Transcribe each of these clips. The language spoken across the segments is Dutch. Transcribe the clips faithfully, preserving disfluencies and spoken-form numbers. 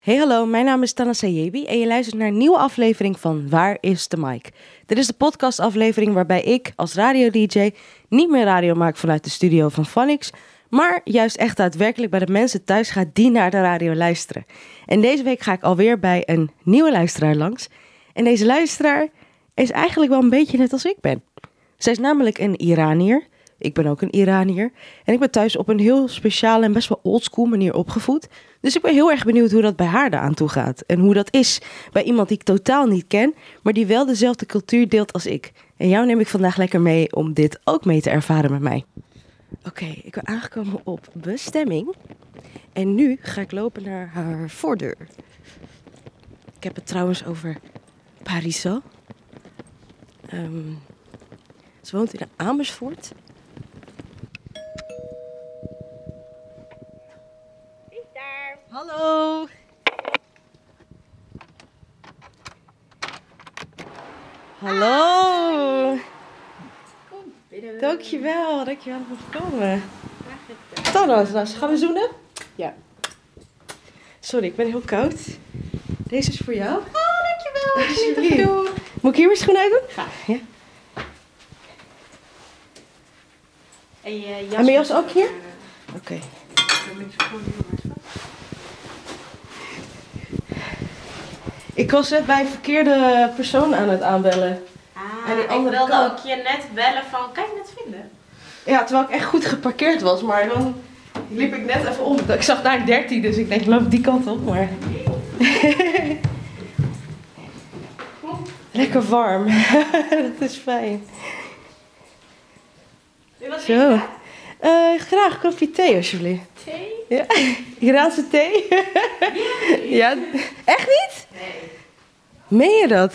Hey hallo, mijn naam is Tana Sayebi en je luistert naar een nieuwe aflevering van Waar is de Mic? Dit is de podcastaflevering waarbij ik als radio-dj niet meer radio maak vanuit de studio van Phonics, maar juist echt daadwerkelijk bij de mensen thuis ga die naar de radio luisteren. En deze week ga ik alweer bij een nieuwe luisteraar langs. En deze luisteraar is eigenlijk wel een beetje net als ik ben. Zij is namelijk een Iranier. Ik ben ook een Iranier. En ik ben thuis op een heel speciale en best wel oldschool manier opgevoed. Dus ik ben heel erg benieuwd hoe dat bij haar eraan toe gaat. En hoe dat is bij iemand die ik totaal niet ken, maar die wel dezelfde cultuur deelt als ik. En jou neem ik vandaag lekker mee om dit ook mee te ervaren met mij. Oké, okay, ik ben aangekomen op bestemming. En nu ga ik lopen naar haar voordeur. Ik heb het trouwens over Parisa. Um, ze woont in Amersfoort. Hallo. Hallo. Kom binnen. Dankjewel, dankjewel voor komen. Thomas, gaan we zoenen? Ja. Sorry, ik ben heel koud. Deze is voor jou. Oh, dankjewel. Alsjeblieft. Moet ik hier mijn schoenen uitdoen? Ga. Ja. En je jas, en mijn jas ook hier? Oké. Okay. Ik was net bij een verkeerde persoon aan het aanbellen. Ah, en die andere ik wilde kant. ook je net bellen van, kan je het vinden? Ja, terwijl ik echt goed geparkeerd was, maar dan liep ik net even om. Ik zag daar een dertien, dus ik denk, ik loop die kant op, maar... Lekker warm. Dat is fijn. Zo. Uh, graag koffie thee, alsjeblieft. Thee? Ja. Iraanse thee? Ja. Echt niet? Nee. Meen je dat?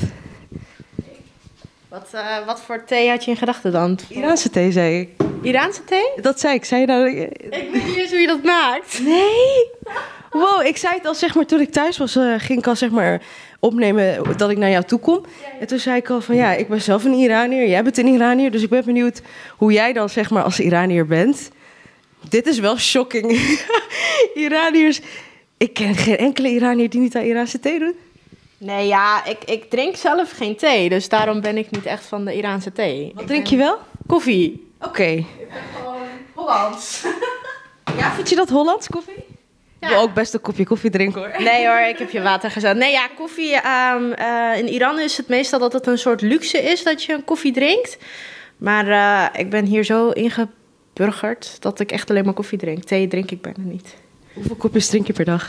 Wat, uh, wat voor thee had je in gedachten dan? Iraanse thee, zei ik. Iraanse thee? Dat zei ik. Zei je nou... Ik weet niet eens hoe je dat maakt. Nee? Wow, ik zei het al, zeg maar, toen ik thuis was, uh, ging ik al, zeg maar, opnemen dat ik naar jou toe kom. Ja, ja. En toen zei ik al van, ja, ik ben zelf een Iranier, jij bent een Iranier, dus ik ben benieuwd hoe jij dan, zeg maar, als Iranier bent. Dit is wel shocking. Iraniërs, ik ken geen enkele Iranier die niet aan Iraanse thee doet. Nee, ja, ik, ik drink zelf geen thee, dus daarom ben ik niet echt van de Iraanse thee. Wat ik drink ben... je wel? Koffie. Oké. Okay. Ik ben gewoon Hollands. Ja, vind je dat Hollands, koffie? Ja. Ik wil ook best een kopje koffie drinken, hoor. Nee hoor, ik heb je water gezet. Nee ja, koffie, um, uh, in Iran is het meestal dat het een soort luxe is dat je een koffie drinkt. Maar uh, ik ben hier zo ingeburgerd dat ik echt alleen maar koffie drink. Thee drink ik bijna niet. Hoeveel kopjes drink je per dag?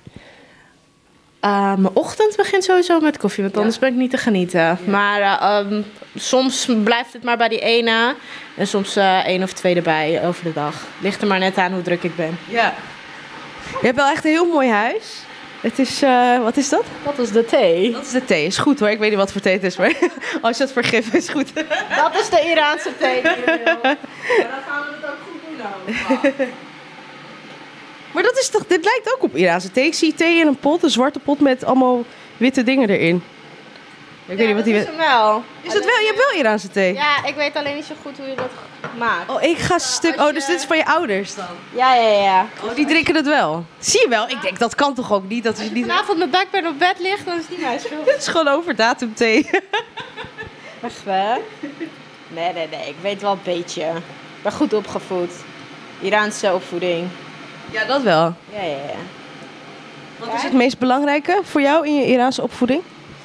Uh, mijn ochtend begint sowieso met koffie, want anders ja. ben ik niet te genieten. Ja. Maar uh, um, soms blijft het maar bij die ene en soms uh, één of twee erbij over de dag. Ligt er maar net aan hoe druk ik ben. Ja. Je hebt wel echt een heel mooi huis. Het is, uh, wat is dat? Dat is de thee. Dat is de thee, is goed hoor. Ik weet niet wat voor thee het is, maar als je het vergeeft is goed. Dat is de Iraanse thee die je wil. Maar dan gaan we het ook goed doen nou. Maar dat is toch, dit lijkt ook op Iraanse thee. Ik zie thee in een pot, een zwarte pot met allemaal witte dingen erin. Ik ja, weet niet wat die is hem wel. Is dat wel? Je hebt wel Iraanse thee? Ja, ik weet alleen niet zo goed hoe je dat maakt. Oh, ik ga een stuk... Oh, dus dit is van je ouders dan? Ja, ja, ja. Oh, die drinken het wel? Zie je wel? Ik denk, dat kan toch ook niet? Dat is Als je niet... vanavond met buikpijn op bed ligt, dan is het niet mijn schuld. Dit is gewoon overdatum thee. Echt waar? Nee, nee, nee. Ik weet wel een beetje. Ik ben goed opgevoed. Iraanse opvoeding. Ja, dat wel. Ja, ja, ja. Wat is het meest belangrijke voor jou in je Iraanse opvoeding?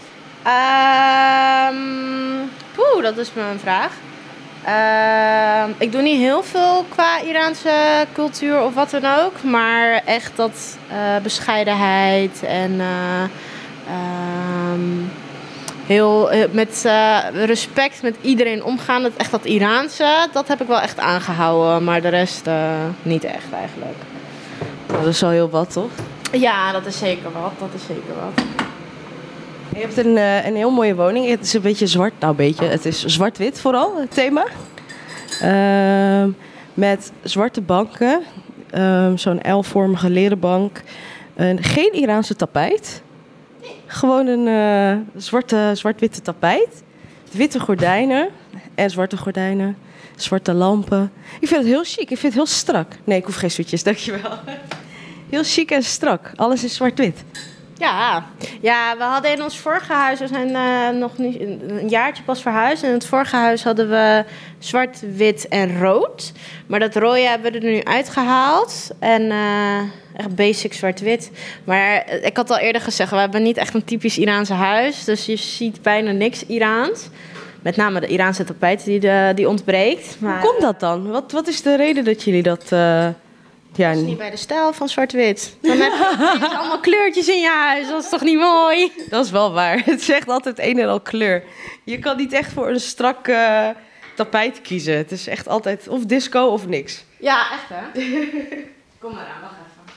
Um, poeh, dat is mijn vraag. Uh, ik doe niet heel veel qua Iraanse cultuur of wat dan ook. Maar echt dat uh, bescheidenheid en uh, um, heel uh, met uh, respect met iedereen omgaan. Dat, echt dat Iraanse, dat heb ik wel echt aangehouden. Maar de rest uh, niet echt eigenlijk. Nou, dat is al heel wat, toch? Ja, dat is zeker wat. Dat is zeker wat. Je hebt een, uh, een heel mooie woning. Het is een beetje zwart. Nou, een beetje. Het is zwart-wit vooral, het thema. Uh, met zwarte banken. Uh, zo'n L-vormige leren bank. Uh, geen Iraanse tapijt. Gewoon een uh, zwarte, zwart-witte tapijt. Witte gordijnen. En zwarte gordijnen. Zwarte lampen. Ik vind het heel chic. Ik vind het heel strak. Nee, ik hoef geen switches, dankjewel. Heel chic en strak. Alles is zwart-wit. Ja. ja, we hadden in ons vorige huis, we zijn uh, nog niet een jaartje pas verhuisd. In het vorige huis hadden we zwart, wit en rood. Maar dat rode hebben we er nu uitgehaald. En uh, echt basic zwart-wit. Maar ik had al eerder gezegd, we hebben niet echt een typisch Iraanse huis. Dus je ziet bijna niks Iraans. Met name de Iraanse tapijt die, de, die ontbreekt. Maar, hoe komt dat dan? Wat, wat is de reden dat jullie dat... Uh... Ja, dat is niet bij de stijl van zwart-wit. Dan heb je allemaal kleurtjes in je huis. Dat is toch niet mooi? Dat is wel waar. Het zegt altijd een en al kleur. Je kan niet echt voor een strak uh, tapijt kiezen. Het is echt altijd of disco of niks. Ja, echt hè? Kom maar aan, wacht even.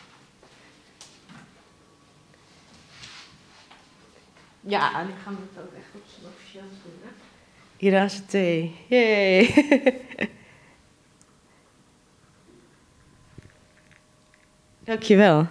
Ja, nu gaan we het ook echt op zijn officieel doen, hè? Iraanse thee. Yay. Dankjewel.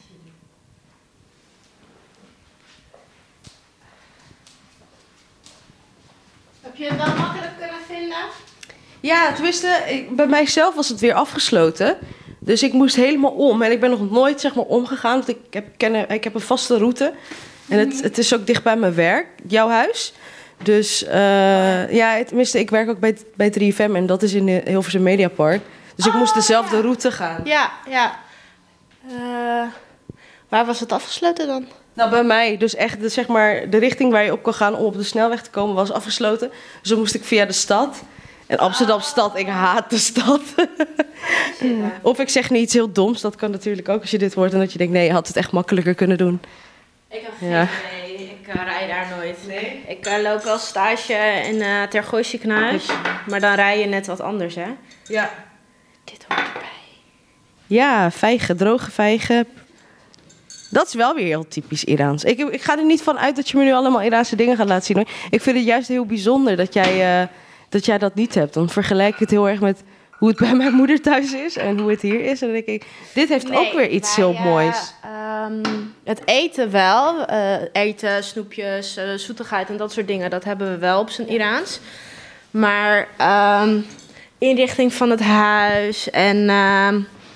Heb je het wel makkelijk kunnen vinden? Ja, tenminste, ik, bij mijzelf was het weer afgesloten. Dus ik moest helemaal om. En ik ben nog nooit zeg maar omgegaan. Want ik heb, ken, ik heb een vaste route. En het, het is ook dicht bij mijn werk, jouw huis. Dus uh, ja, tenminste, ik werk ook bij, bij drie F M. En dat is in de Hilversum Mediapark. Dus ik oh, moest dezelfde ja. route gaan. Ja, ja. Uh, waar was het afgesloten dan? Nou, bij mij. Dus echt de, zeg maar, de richting waar je op kan gaan om op de snelweg te komen was afgesloten. Dus dan moest ik via de stad. En Amsterdam-stad, ik haat de stad. Ja. Of ik zeg niet iets heel doms. Dat kan natuurlijk ook als je dit hoort. En dat je denkt, nee, je had het echt makkelijker kunnen doen. Ik heb geen ja. idee. Ik uh, rij daar nooit. Nee? Ik uh, loop wel stage in uh, Ter Gooiziekenhuis. Maar dan rij je net wat anders, hè? Ja. Dit hoort erbij. Ja, vijgen, droge vijgen. Dat is wel weer heel typisch Iraans. Ik, ik ga er niet van uit dat je me nu allemaal Iraanse dingen gaat laten zien, hoor. Ik vind het juist heel bijzonder dat jij, uh, dat jij dat niet hebt. Dan vergelijk ik het heel erg met hoe het bij mijn moeder thuis is en hoe het hier is. En dan denk ik, dit heeft nee, ook weer iets wij, heel uh, moois. Um, het eten wel. Uh, eten, snoepjes, uh, zoetigheid en dat soort dingen. Dat hebben we wel op zijn Iraans. Maar um, inrichting van het huis en uh,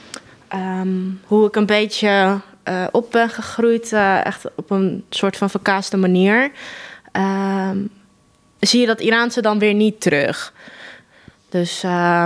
um, hoe ik een beetje uh, op ben gegroeid. Uh, echt op een soort van verkaaste manier. Uh, zie je dat Iraanse dan weer niet terug. Dus uh,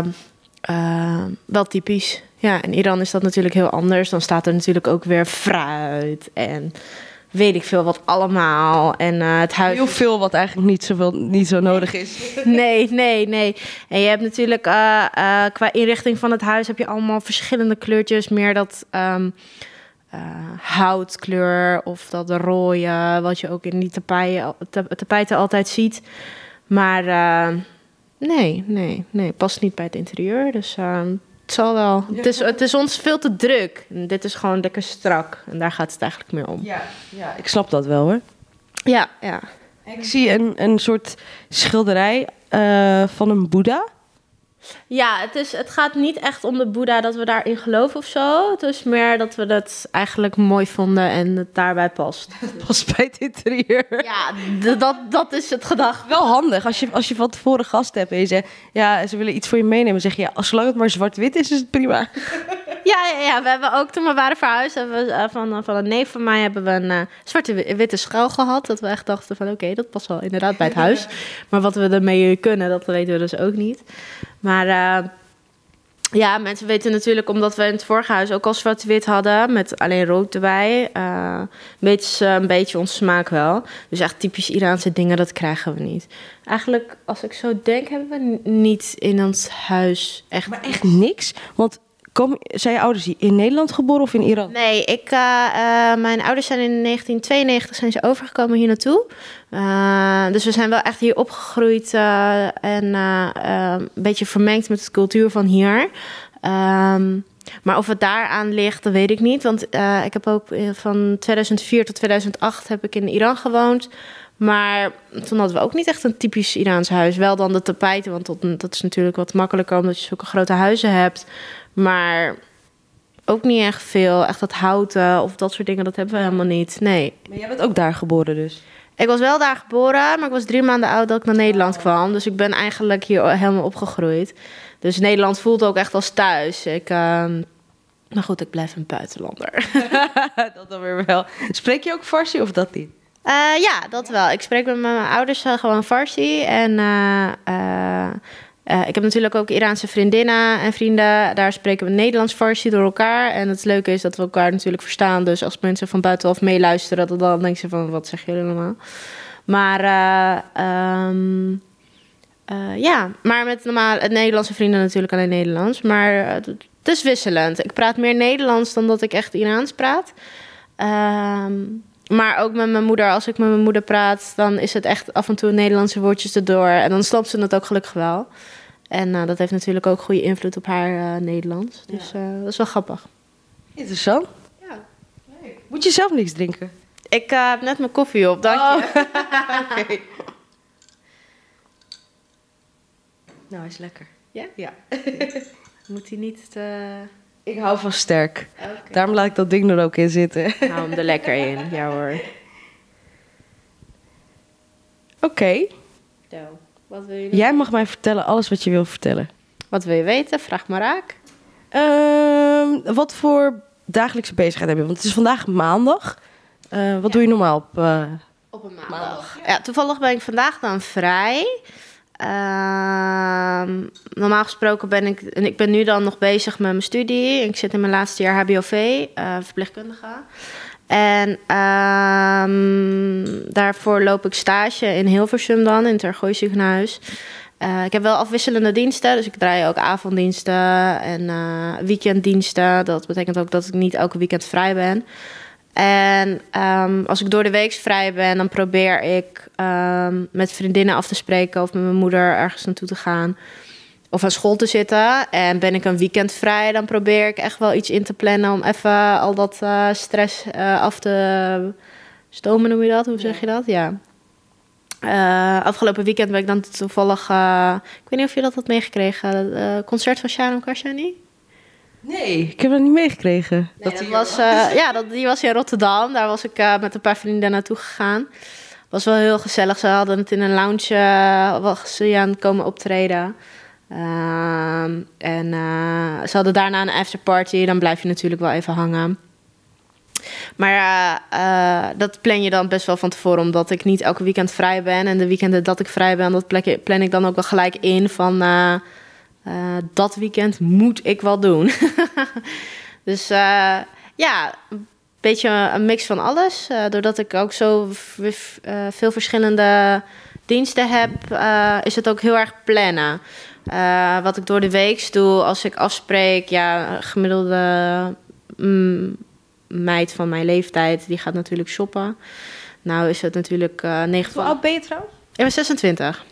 uh, wel typisch. Ja, in Iran is dat natuurlijk heel anders. Dan staat er natuurlijk ook weer fruit en weet ik veel wat allemaal. En uh, het huis... Heel veel wat eigenlijk niet, zoveel, niet zo nodig is. Nee, nee, nee. En je hebt natuurlijk uh, uh, qua inrichting van het huis heb je allemaal verschillende kleurtjes. Meer dat um, uh, houtkleur of dat rode, wat je ook in die tapijten, tapijten altijd ziet. Maar uh, nee, nee, nee, past niet bij het interieur. Dus... Uh, Het zal wel. Ja. Het, is, het is ons veel te druk. En dit is gewoon lekker strak. En daar gaat het eigenlijk meer om. Ja, ja, ik snap dat wel, hoor. Ja, ja. Ik zie een, een soort schilderij uh, van een Boeddha. Ja, het, is, het gaat niet echt om de Boeddha dat we daarin geloven of zo. Het is meer dat we dat eigenlijk mooi vonden en het daarbij past. Het past bij het interieur. Ja, d- dat, dat is het gedacht. Wel handig als je, als je van tevoren gast hebt en je zegt... ja, ze willen iets voor je meenemen. zeg je, ja, zolang het maar zwart-wit is, is het prima. Ja, ja, ja, we hebben ook toen we waren verhuisd... Hebben we, uh, van, van een neef van mij hebben we een uh, zwarte-witte schuil gehad. Dat we echt dachten van oké, okay, dat past wel inderdaad bij het huis. Maar wat we ermee kunnen, dat weten we dus ook niet. Maar uh, ja, mensen weten natuurlijk... omdat we in het vorige huis ook al zwart-wit hadden... met alleen rood erbij... Uh, weten ze een beetje ons smaak wel. Dus echt typisch Iraanse dingen, dat krijgen we niet. Eigenlijk, als ik zo denk... hebben we niet in ons huis echt... Maar echt niks? Want... Kom, zijn je ouders in Nederland geboren of in Iran? Nee, ik, uh, uh, mijn ouders zijn in negentien tweeënnegentig zijn ze overgekomen hier naartoe. Uh, dus we zijn wel echt hier opgegroeid uh, en uh, uh, een beetje vermengd met de cultuur van hier. Um, maar of het daaraan ligt, dat weet ik niet. Want uh, ik heb ook van tweeduizend vier tot tweeduizend acht heb ik in Iran gewoond. Maar toen hadden we ook niet echt een typisch Iraans huis. Wel dan de tapijten, want dat, dat is natuurlijk wat makkelijker... omdat je zulke grote huizen hebt. Maar ook niet echt veel. Echt dat houten of dat soort dingen, dat hebben we helemaal niet. Nee. Maar jij bent ook daar geboren dus? Ik was wel daar geboren, maar ik was drie maanden oud dat ik naar Nederland kwam. Dus ik ben eigenlijk hier helemaal opgegroeid. Dus Nederland voelt ook echt als thuis. Ik, uh, Maar goed, ik blijf een buitenlander. Dat dan weer wel. Spreek je ook Farsi of dat niet? Uh, ja, dat wel. Ik spreek met mijn ouders uh, gewoon Farsi. En uh, uh, uh, ik heb natuurlijk ook Iraanse vriendinnen en vrienden. Daar spreken we Nederlands Farsi door elkaar. En het leuke is dat we elkaar natuurlijk verstaan. Dus als mensen van buitenaf meeluisteren, dan denken ze van, wat zeggen jullie allemaal? Maar uh, um, uh, ja, maar met normaal het Nederlandse vrienden natuurlijk alleen Nederlands. Maar uh, het is wisselend. Ik praat meer Nederlands dan dat ik echt Iraans praat. Um, Maar ook met mijn moeder, als ik met mijn moeder praat, dan is het echt af en toe Nederlandse woordjes erdoor. En dan snapt ze het ook gelukkig wel. En uh, dat heeft natuurlijk ook goede invloed op haar uh, Nederlands. Dus uh, dat is wel grappig. Interessant. Ja, leuk. Moet je zelf niks drinken? Ik uh, heb net mijn koffie op, dank je. Oh. Okay. Nou, is lekker. Ja? Ja. Moet hij niet te... Ik hou van sterk. Okay. Daarom laat ik dat ding er ook in zitten. Hou hem er lekker in, ja hoor. Oké. Okay. Wat wil je nog? Jij mag mij vertellen alles wat je wil vertellen. Wat wil je weten? Vraag maar raak. Uh, wat voor dagelijkse bezigheid heb je? Want het is vandaag maandag. Uh, wat ja. doe je normaal op, uh, op een maandag? maandag. Ja, toevallig ben ik vandaag dan vrij. Uh, normaal gesproken ben ik... En ik ben nu dan nog bezig met mijn studie. Ik zit in mijn laatste jaar H B O V, uh, verpleegkundige. En uh, daarvoor loop ik stage in Hilversum dan, in het Tergooi ziekenhuis. Uh, ik heb wel afwisselende diensten, dus ik draai ook avonddiensten en uh, weekenddiensten. Dat betekent ook dat ik niet elke weekend vrij ben. En um, als ik door de week vrij ben, dan probeer ik um, met vriendinnen af te spreken of met mijn moeder ergens naartoe te gaan. Of aan school te zitten. En ben ik een weekend vrij, dan probeer ik echt wel iets in te plannen om even al dat uh, stress uh, af te stomen, noem je dat? Hoe zeg je dat? Ja. Uh, afgelopen weekend ben ik dan toevallig... Uh, ik weet niet of je dat had meegekregen. Het uh, concert van Sharon Karshani. Nee, ik heb dat niet meegekregen. Nee, dat dat was, uh, ja, dat, die was in Rotterdam. Daar was ik uh, met een paar vrienden naartoe gegaan. Was wel heel gezellig. Ze hadden het in een lounge uh, was ze aan komen optreden. Uh, en uh, ze hadden daarna een afterparty. Dan blijf je natuurlijk wel even hangen. Maar uh, uh, dat plan je dan best wel van tevoren, omdat ik niet elke weekend vrij ben. En de weekenden dat ik vrij ben, dat plan ik dan ook wel gelijk in van... Uh, Uh, dat weekend moet ik wel doen. Dus uh, ja, een beetje een mix van alles. Uh, doordat ik ook zo v- v- uh, veel verschillende diensten heb, uh, is het ook heel erg plannen. Uh, wat ik door de week doe, als ik afspreek, ja, gemiddelde mm, meid van mijn leeftijd, die gaat natuurlijk shoppen. Nou is het natuurlijk uh, negen van... Hoe oud ben je trouwens? Ik ben zesentwintig.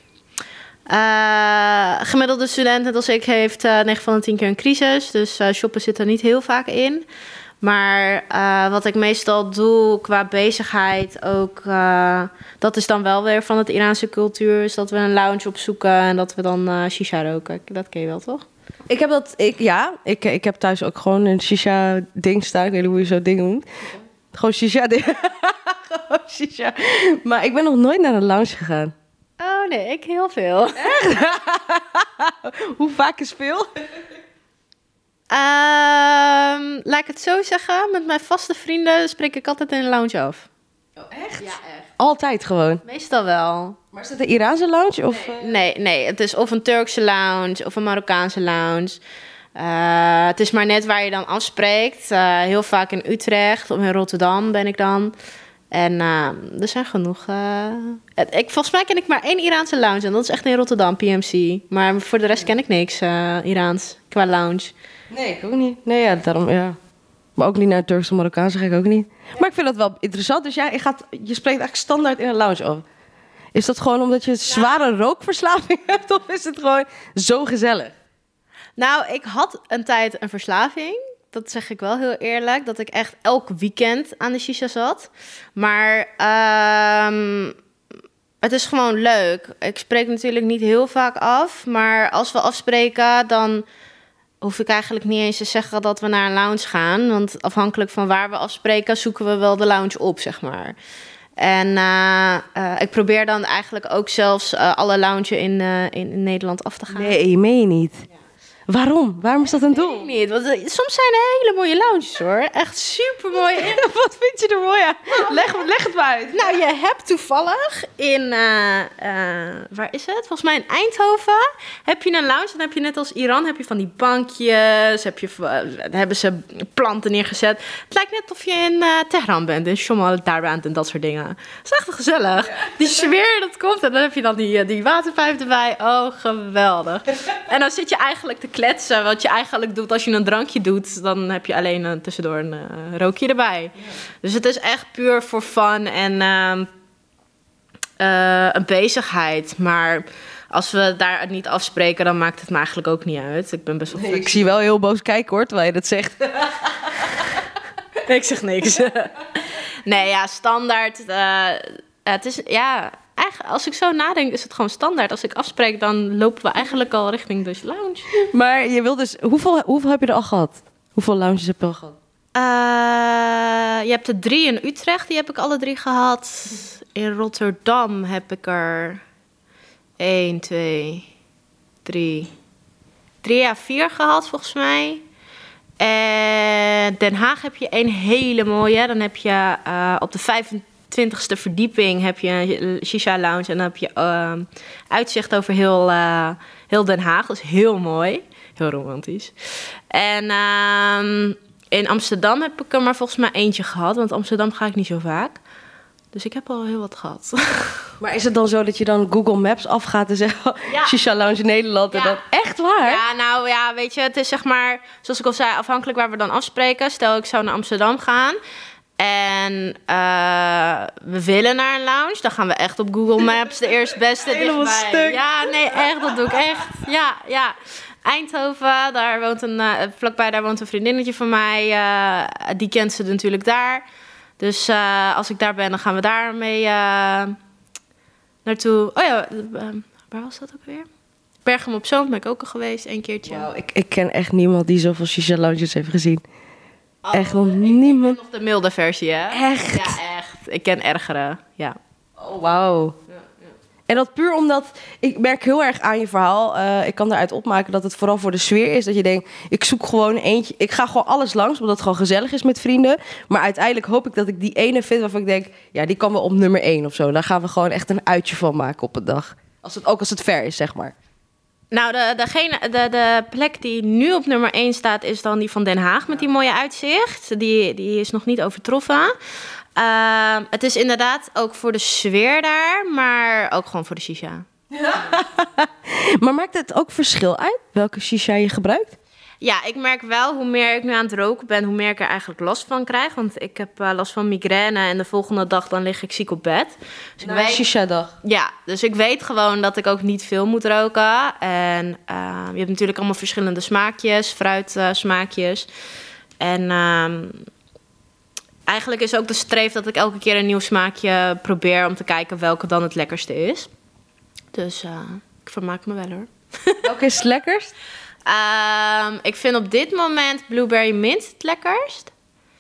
Uh, gemiddelde student, net als ik, heeft uh, negen van de tien keer een crisis. Dus uh, shoppen zit er niet heel vaak in. Maar uh, wat ik meestal doe qua bezigheid ook... Uh, dat is dan wel weer van het Iraanse cultuur. Is dat we een lounge opzoeken en dat we dan uh, shisha roken. Dat ken je wel, toch? Ik heb dat... Ik, ja, ik, ik heb thuis ook gewoon een shisha-ding staan. Ik weet niet hoe je zo'n ding noemt. Okay. Gewoon shisha-ding. Gewoon shisha. Maar ik ben nog nooit naar een lounge gegaan. Oh nee, ik heel veel. Echt? Hoe vaak is veel? Um, laat ik het zo zeggen. Met mijn vaste vrienden spreek ik altijd in een lounge af. Oh, echt? Ja, echt. Altijd gewoon? Meestal wel. Maar is het een Iraanse lounge? Of? Nee, nee, nee, het is of een Turkse lounge of een Marokkaanse lounge. Uh, het is maar net waar je dan afspreekt. Uh, heel vaak in Utrecht of in Rotterdam ben ik dan. En uh, er zijn genoeg... Uh, het, ik, volgens mij ken ik maar één Iraanse lounge. En dat is echt in Rotterdam, P M C. Maar voor de rest ken ik niks uh, Iraans qua lounge. Nee, ik ook niet. Nee, ja, daarom, ja. Maar ook niet naar Turkse Marokkaanse ga ik ook niet. Ja. Maar ik vind dat wel interessant. Dus ja, je, gaat, je spreekt eigenlijk standaard in een lounge af. Is dat gewoon omdat je een zware rookverslaving hebt? Of is het gewoon zo gezellig? Nou, ik had een tijd een verslaving. Dat zeg ik wel heel eerlijk. Dat ik echt elk weekend aan de shisha zat. Maar um, het is gewoon leuk. Ik spreek natuurlijk niet heel vaak af. Maar als we afspreken, dan hoef ik eigenlijk niet eens te zeggen dat we naar een lounge gaan. Want afhankelijk van waar we afspreken, zoeken we wel de lounge op, zeg maar. En uh, uh, ik probeer dan eigenlijk ook zelfs uh, alle lounge in, uh, in, in Nederland af te gaan. Nee, meen je niet. Ja. Waarom? Waarom is dat een doel? Weet ik niet. Want, uh, soms zijn er hele mooie lounges hoor. Echt super mooi. Wat vind je er mooi aan? Leg, leg het maar uit. Nou, je hebt toevallig in, uh, uh, waar is het? Volgens mij in Eindhoven heb je een lounge. Dan heb je net als Iran, heb je van die bankjes. Heb je, uh, dan hebben ze planten neergezet. Het lijkt net of je in uh, Teheran bent, in Shomal Darband en dat soort dingen. Het is echt gezellig. Ja. Die sfeer dat komt en dan heb je dan die, die waterpijp erbij. Oh, geweldig. En dan zit je eigenlijk te kletsen. Wat je eigenlijk doet als je een drankje doet, dan heb je alleen uh, tussendoor een uh, rookje erbij. Ja. Dus het is echt puur voor fun en uh, uh, een bezigheid. Maar als we daar niet afspreken, dan maakt het me eigenlijk ook niet uit. Ik ben best wel. Nee, ik zie wel heel boos kijken hoor, terwijl je dat zegt. Ik zeg niks. Nee, ja, standaard. Uh, het is, ja, eigenlijk, als ik zo nadenk, is het gewoon standaard. Als ik afspreek, dan lopen we eigenlijk al richting de lounge. Maar je wil dus, hoeveel, hoeveel heb je er al gehad? Hoeveel lounges heb je al gehad? Uh, je hebt er drie in Utrecht, die heb ik alle drie gehad. In Rotterdam heb ik er één, twee, drie, drie à vier gehad volgens mij. En Den Haag heb je een hele mooie. Dan heb je uh, op de vijfentwintigste verdieping heb je een shisha lounge. En dan heb je uh, uitzicht over heel, uh, heel Den Haag. Dat is heel mooi. Heel romantisch. En uh, in Amsterdam heb ik er maar volgens mij eentje gehad. Want Amsterdam ga ik niet zo vaak. Dus ik heb al heel wat gehad. Maar is het dan zo dat je dan Google Maps afgaat en zegt... Ja. Shisha Lounge in Nederland en ja. dan echt waar? Ja, nou ja, weet je, het is zeg maar... Zoals ik al zei, afhankelijk waar we dan afspreken. Stel, ik zou naar Amsterdam gaan... En uh, we willen naar een lounge. Dan gaan we echt op Google Maps de eerstbeste Helemaal dichtbij. stuk. Ja, nee, echt, dat doe ik echt. Ja, ja. Eindhoven, daar woont een, uh, vlakbij daar woont een vriendinnetje van mij. Uh, die kent ze natuurlijk daar. Dus uh, als ik daar ben, dan gaan we daar mee uh, naartoe. Oh ja, uh, waar was dat ook weer? Berchem op Zoom ben ik ook al geweest, een keertje. Wow, ik, ik ken echt niemand die zoveel shisha lounges heeft gezien. Oh, echt nog ik niemand. ken nog de milde versie, hè? Echt? Ja, echt. Ik ken ergere, ja. Oh, wauw. Ja, ja. En dat puur omdat, ik merk heel erg aan je verhaal, uh, ik kan daaruit opmaken dat het vooral voor de sfeer is. Dat je denkt, ik zoek gewoon eentje, ik ga gewoon alles langs, omdat het gewoon gezellig is met vrienden. Maar uiteindelijk hoop ik dat ik die ene vind waarvan ik denk, ja, die kan wel op nummer één of zo. Daar gaan we gewoon echt een uitje van maken op een dag. Als het, ook als het ver is, zeg maar. Nou, de, degene, de, de plek die nu op nummer één staat, is dan die van Den Haag met die mooie uitzicht. Die, die is nog niet overtroffen. Uh, het is inderdaad ook voor de sfeer daar, maar ook gewoon voor de shisha. Ja. Maar maakt het ook verschil uit welke shisha je gebruikt? Ja, ik merk wel, hoe meer ik nu aan het roken ben, hoe meer ik er eigenlijk last van krijg. Want ik heb uh, last van migraine en de volgende dag dan lig ik ziek op bed. Dus Na een shisha-dag? Ja, dus ik weet gewoon dat ik ook niet veel moet roken. En uh, je hebt natuurlijk allemaal verschillende smaakjes, fruitsmaakjes. Uh, en uh, eigenlijk is ook de streef dat ik elke keer een nieuw smaakje probeer om te kijken welke dan het lekkerste is. Dus uh, ik vermaak me wel hoor. Welke is het lekkerst? Um, ik vind op dit moment Blueberry Mint het lekkerst.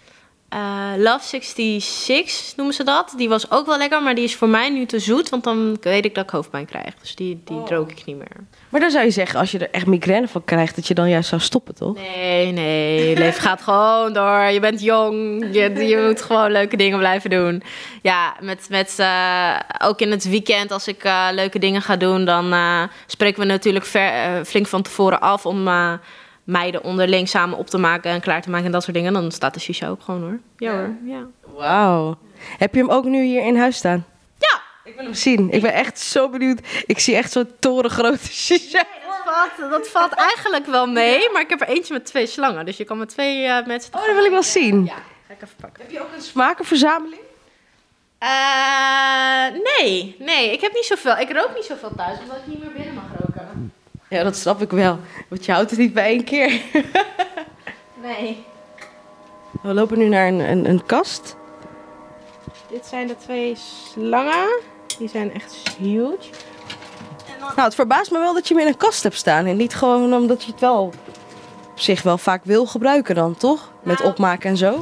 Uh, Love zesenzestig noemen ze dat. Die was ook wel lekker, maar die is voor mij nu te zoet. Want dan weet ik dat ik hoofdpijn krijg. Dus die, die oh. rook ik niet meer. Maar dan zou je zeggen, als je er echt migraine van krijgt, dat je dan juist zou stoppen, toch? Nee, nee. Je leven gaat gewoon door. Je bent jong. Je, je moet gewoon leuke dingen blijven doen. Ja, met, met, uh, ook in het weekend als ik uh, leuke dingen ga doen, dan uh, spreken we natuurlijk ver, uh, flink van tevoren af om... Uh, meiden onderling samen op te maken en klaar te maken en dat soort dingen. Dan staat de shisha ook gewoon hoor. Ja, ja. hoor. Ja. Wauw. Heb je hem ook nu hier in huis staan? Ja. Ik wil hem zien. Ik ben echt zo benieuwd. Ik zie echt zo'n torengrote shisha. Nee, dat, valt, dat valt eigenlijk wel mee. Maar ik heb er eentje met twee slangen. Dus je kan met twee uh, mensen... Oh, dat wil ik wel zien. Ja, ga ik even pakken. Heb je ook een smakenverzameling? Uh, nee. Nee, ik heb niet zoveel. Ik rook niet zoveel thuis, omdat ik niet meer binnen mag roken. Ja, dat snap ik wel. Want je houdt het niet bij één keer. Nee. We lopen nu naar een, een, een kast. Dit zijn de twee slangen. Die zijn echt huge. En dan... Nou, het verbaast me wel dat je hem in een kast hebt staan. En niet gewoon omdat je het wel op zich wel vaak wil gebruiken dan, toch? Met nou, opmaken en zo.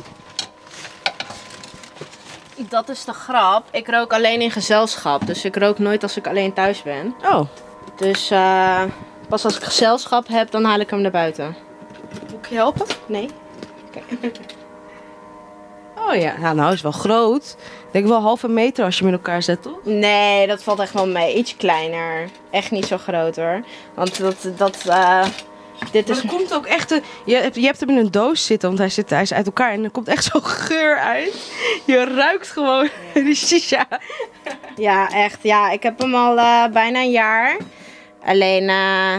Dat is de grap. Ik rook alleen in gezelschap. Dus ik rook nooit als ik alleen thuis ben. Oh. Dus uh, Pas als ik gezelschap heb, dan haal ik hem naar buiten. Moet ik je helpen? Nee? Oké. Oh ja, nou, nou is wel groot. Ik denk wel halve meter als je hem in elkaar zet, toch? Nee, dat valt echt wel mee. Iets kleiner. Echt niet zo groot hoor. Want dat... dat uh, dit Maar is... er komt ook echt... Een, je, hebt, je hebt hem in een doos zitten, want hij, zit, hij is uit elkaar. En er komt echt zo'n geur uit. Je ruikt gewoon ja. die shisha. Ja, echt. Ja, ik heb hem al uh, bijna een jaar. Alleen... Uh,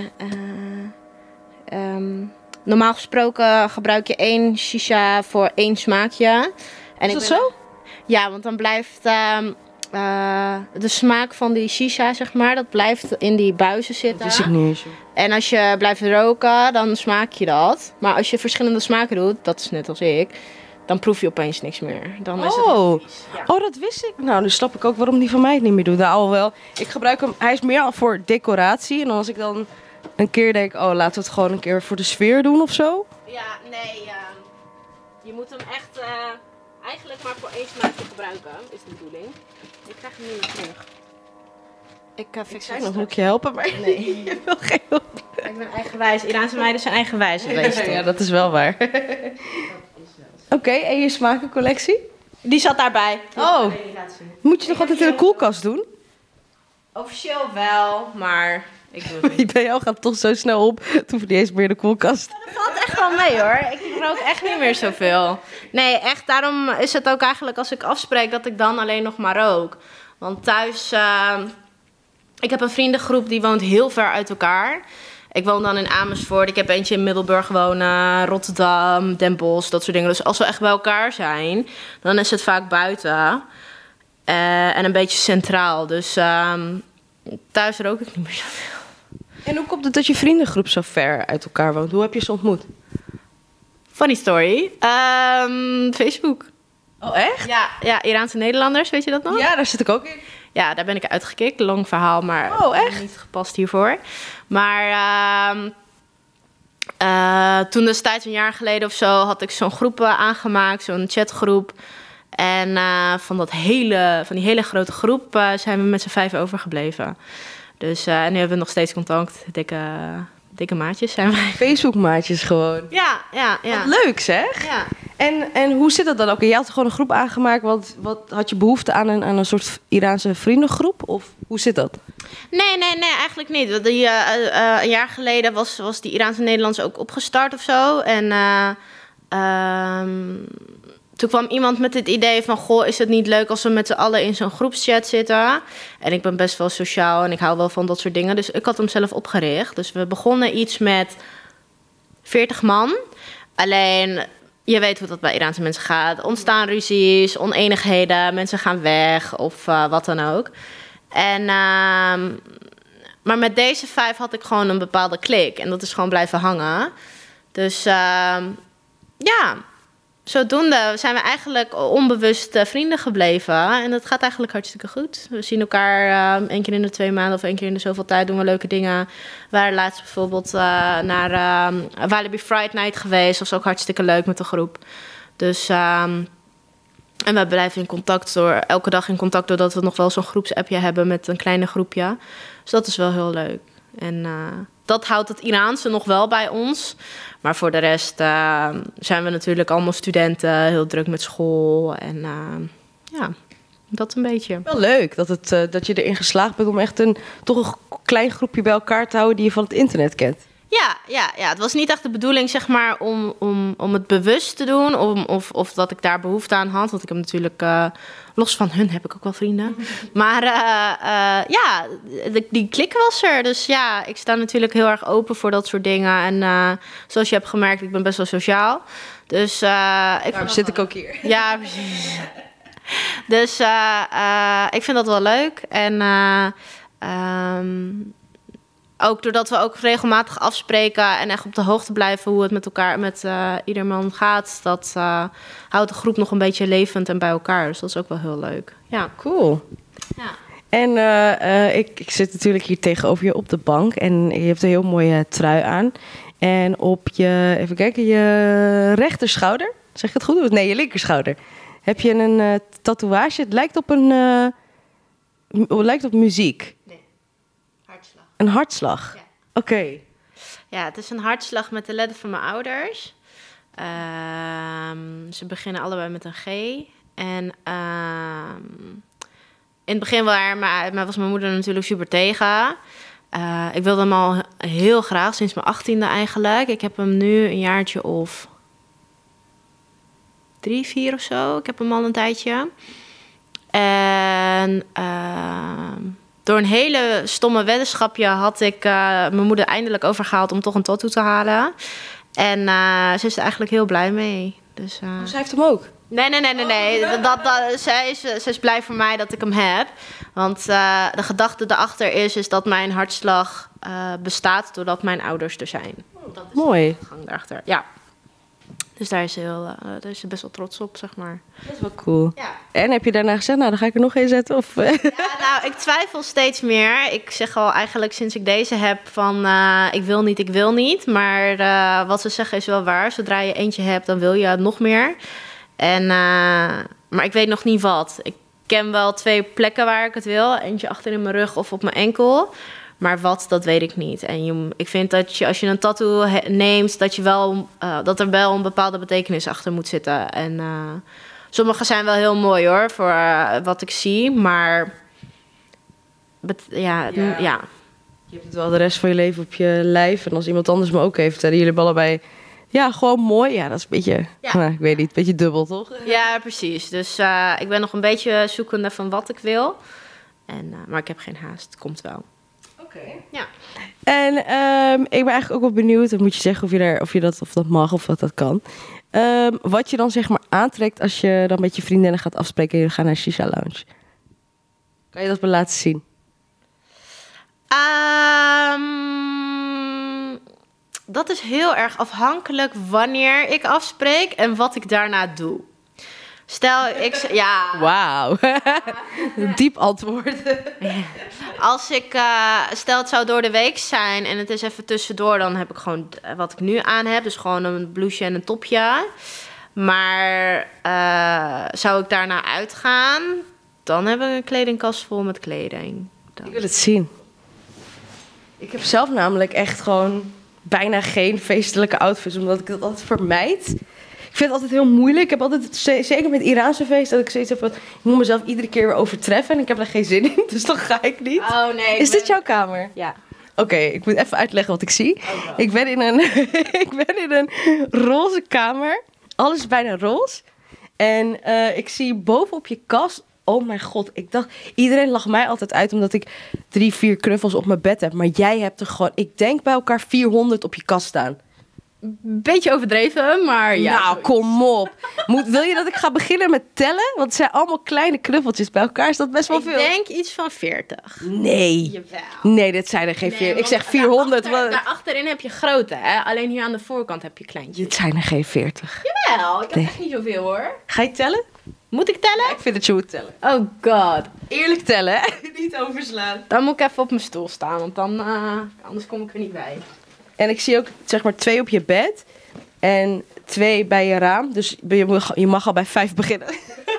uh, um, normaal gesproken gebruik je één shisha voor één smaakje. En is dat ik ben... zo? Ja, want dan blijft uh, uh, de smaak van die shisha, zeg maar, dat blijft in die buizen zitten. Dat wist ik niet. En als je blijft roken, dan smaak je dat. Maar als je verschillende smaken doet, dat is net als ik, dan proef je opeens niks meer. Dan is oh. het ja. oh, dat wist ik. Nou, nu snap ik ook waarom die van mij het niet meer doet. Nou, al wel. Ik gebruik hem, hij is meer al voor decoratie. En als ik dan een keer denk, oh, laten we het gewoon een keer voor de sfeer doen of zo. Ja, nee, uh, je moet hem echt... Uh, Eigenlijk maar voor één smaakje gebruiken, is de bedoeling. Ik krijg hem nu weer terug. Ik uh, fix het nog. Moet ik je helpen? Maar nee. Je wil geen hulp. Ik ben eigenwijs. Iraanse meiden zijn eigenwijs geweest. Ja, dat is wel waar. Oké, okay, en je smakencollectie? Die zat daarbij. Oh, moet je nog altijd in de koelkast doen? Officieel wel, maar... Ik doe het niet. Bij jou gaat het toch zo snel op. Toen hoef je niet eens meer in de koelkast. Ja, dat valt echt wel mee hoor. Ik rook echt niet meer zoveel. Nee, echt. Daarom is het ook eigenlijk als ik afspreek dat ik dan alleen nog maar rook. Want thuis... Uh, ik heb een vriendengroep die woont heel ver uit elkaar. Ik woon dan in Amersfoort. Ik heb eentje in Middelburg wonen. Rotterdam, Den Bosch, dat soort dingen. Dus als we echt bij elkaar zijn, dan is het vaak buiten. Uh, en een beetje centraal. Dus uh, thuis rook ik niet meer zoveel. En hoe komt het dat je vriendengroep zo ver uit elkaar woont? Hoe heb je ze ontmoet? Funny story. Um, Facebook. Oh, echt? Ja, ja, Iraanse Nederlanders, weet je dat nog? Ja, daar zit ik ook in. Ja, daar ben ik uitgekikt. Lang verhaal, maar oh, echt? niet gepast hiervoor. Maar uh, uh, toen destijds een jaar geleden of zo had ik zo'n groep aangemaakt, zo'n chatgroep. En uh, van, dat hele, van die hele grote groep uh, zijn we met z'n vijf overgebleven. Dus uh, en nu hebben we nog steeds contact. Dikke, dikke maatjes zijn wij. Facebook-maatjes gewoon. Ja, ja, ja. Wat leuk zeg. Ja. En, en hoe zit dat dan ook? Okay, je had gewoon een groep aangemaakt. Wat, wat had je behoefte aan een, aan een soort Iraanse vriendengroep? Of hoe zit dat? Nee, nee, nee, eigenlijk niet. Die, uh, uh, een jaar geleden was, was die Iraanse Nederlanders ook opgestart of zo. En uh, um, toen kwam iemand met het idee van... goh, is het niet leuk als we met z'n allen in zo'n groepschat zitten? En ik ben best wel sociaal en ik hou wel van dat soort dingen. Dus ik had hem zelf opgericht. Dus we begonnen iets met veertig man. Alleen... Je weet hoe dat bij Iraanse mensen gaat. Ontstaan ruzies, oneenigheden, mensen gaan weg of uh, wat dan ook. En, uh, maar met deze vijf had ik gewoon een bepaalde klik. En dat is gewoon blijven hangen. Dus uh, ja, zodoende zijn we eigenlijk onbewust uh, vrienden gebleven. En dat gaat eigenlijk hartstikke goed. We zien elkaar uh, één keer in de twee maanden of één keer in de zoveel tijd doen we leuke dingen. We waren laatst bijvoorbeeld uh, naar uh, Walibi Friday Night geweest. Dat was ook hartstikke leuk met de groep. Dus, uh, en we blijven in contact door elke dag in contact... doordat we nog wel zo'n groepsappje hebben met een kleine groepje. Dus dat is wel heel leuk. En uh, dat houdt het Iraanse nog wel bij ons. Maar voor de rest uh, zijn we natuurlijk allemaal studenten, heel druk met school. En uh, ja, dat een beetje. Wel leuk dat, het, uh, dat je erin geslaagd bent om echt een toch een klein groepje bij elkaar te houden die je van het internet kent. Ja, ja, ja, het was niet echt de bedoeling zeg maar, om, om, om het bewust te doen. Om, of, of dat ik daar behoefte aan had. Want ik heb natuurlijk, uh, los van hun heb ik ook wel vrienden. Maar uh, uh, ja, de, die klik was er. Dus ja, ik sta natuurlijk heel erg open voor dat soort dingen. En uh, zoals je hebt gemerkt, ik ben best wel sociaal. Dus uh, ik Daarom zit ik ook hier. Ja, precies. Dus uh, uh, ik vind dat wel leuk. En... Uh, um, Ook doordat we ook regelmatig afspreken en echt op de hoogte blijven hoe het met elkaar, met uh, ieder man gaat, dat uh, houdt de groep nog een beetje levend en bij elkaar. Dus dat is ook wel heel leuk. Ja, cool. Ja. En uh, uh, ik, ik zit natuurlijk hier tegenover je op de bank en je hebt een heel mooie trui aan. En op je, even kijken, je rechterschouder, zeg ik het goed? Nee, je linkerschouder. Heb je een uh, tatoeage? Het lijkt op een, uh, het lijkt op muziek. Nee, hartslag. Een hartslag? Ja. Okay. Ja, het is een hartslag met de letter van mijn ouders. Um, ze beginnen allebei met een G. En um, in het begin waar, was mijn moeder natuurlijk super tegen. Uh, ik wilde hem al heel graag, sinds mijn achttiende eigenlijk. Ik heb hem nu een jaartje of drie, vier of zo. Ik heb hem al een tijdje. En uh, door een hele stomme weddenschapje had ik uh, mijn moeder eindelijk overgehaald om toch een tattoo te halen. En uh, ze is er eigenlijk heel blij mee. Dus, uh... oh, zij heeft hem ook? Nee, nee, nee, nee. nee. Dat, dat, dat, zij, is, zij is blij voor mij dat ik hem heb. Want uh, de gedachte erachter is, is dat mijn hartslag uh, bestaat doordat mijn ouders er zijn. Dat is mooi. De gang daarachter. Ja. Dus daar is, ze heel, uh, daar is ze best wel trots op, zeg maar. Dat is wel cool. Ja. En heb je daarna gezegd, nou, dan ga ik er nog een zetten? Of? Ja, nou, ik twijfel steeds meer. Ik zeg al eigenlijk sinds ik deze heb van, uh, ik wil niet, ik wil niet. Maar uh, wat ze zeggen is wel waar. Zodra je eentje hebt, dan wil je nog meer. En, uh, maar ik weet nog niet wat. Ik ken wel twee plekken waar ik het wil. Eentje achter in mijn rug of op mijn enkel. Maar wat, dat weet ik niet. En je, ik vind dat je, als je een tattoo he- neemt, dat, je wel, uh, dat er wel een bepaalde betekenis achter moet zitten. En uh, sommige zijn wel heel mooi hoor, voor uh, wat ik zie. Maar bet- ja, Ja. ja. Je hebt het wel de rest van je leven op je lijf. En als iemand anders me ook heeft, en jullie hebben allebei... Ja, gewoon mooi. Ja, dat is een beetje... Ja. Nou, ik weet niet, een beetje dubbel, toch? Ja, precies. Dus uh, ik ben nog een beetje zoekende van wat ik wil. En, uh, maar ik heb geen haast. Het komt wel. Oké. Ja. En um, ik ben eigenlijk ook wel benieuwd, dan moet je zeggen of je, daar, of je dat, of dat mag of dat dat kan. Um, wat je dan zeg maar aantrekt als je dan met je vriendinnen gaat afspreken en jullie gaan naar een Shisha Lounge. Kan je dat me laten zien? Um, dat is heel erg afhankelijk wanneer ik afspreek en wat ik daarna doe. Stel, ik... Ja. Wauw. Diep antwoord. Als ik... Uh, stel, het zou door de week zijn en het is even tussendoor, dan heb ik gewoon wat ik nu aan heb. Dus gewoon een blouseje en een topje. Maar uh, zou ik daarna uitgaan, dan heb ik een kledingkast vol met kleding. Dan. Ik wil het zien. Ik heb zelf namelijk echt gewoon bijna geen feestelijke outfits, omdat ik dat altijd vermijd. Ik vind het altijd heel moeilijk. Ik heb altijd, zeker met Iraanse feesten, dat ik zoiets heb van, ik moet mezelf iedere keer weer overtreffen en ik heb daar geen zin in, dus dan ga ik niet. Oh nee. Is dit jouw kamer? Ja. Oké, okay, ik moet even uitleggen wat ik zie. Oh, ik, ben in een, ik ben in een roze kamer. Alles is bijna roze. En uh, ik zie bovenop je kast... Oh mijn god, ik dacht... Iedereen lacht mij altijd uit omdat ik drie, vier knuffels op mijn bed heb. Maar jij hebt er gewoon... Ik denk bij elkaar vierhonderd op je kast staan. Beetje overdreven, maar ja. Nou, kom op. Moet, wil je dat ik ga beginnen met tellen? Want het zijn allemaal kleine knuffeltjes. Bij elkaar is dat best wel ik veel. Ik denk iets van veertig. Nee. Jawel. Nee, dit zijn er geen nee, veertig. Ik zeg vierhonderd. Daarachter, daarachterin heb je grote, hè? Alleen hier aan de voorkant heb je kleintjes. Dit zijn er geen veertig. Jawel, ik heb nee. echt niet zoveel hoor. Ga je tellen? Moet ik tellen? Ja, ik vind dat je moet tellen. Oh god. Eerlijk tellen, hè? Niet overslaan. Dan moet ik even op mijn stoel staan, want dan, uh, anders kom ik er niet bij. En ik zie ook, zeg maar, twee op je bed. En twee bij je raam. Dus je, je mag al bij vijf beginnen.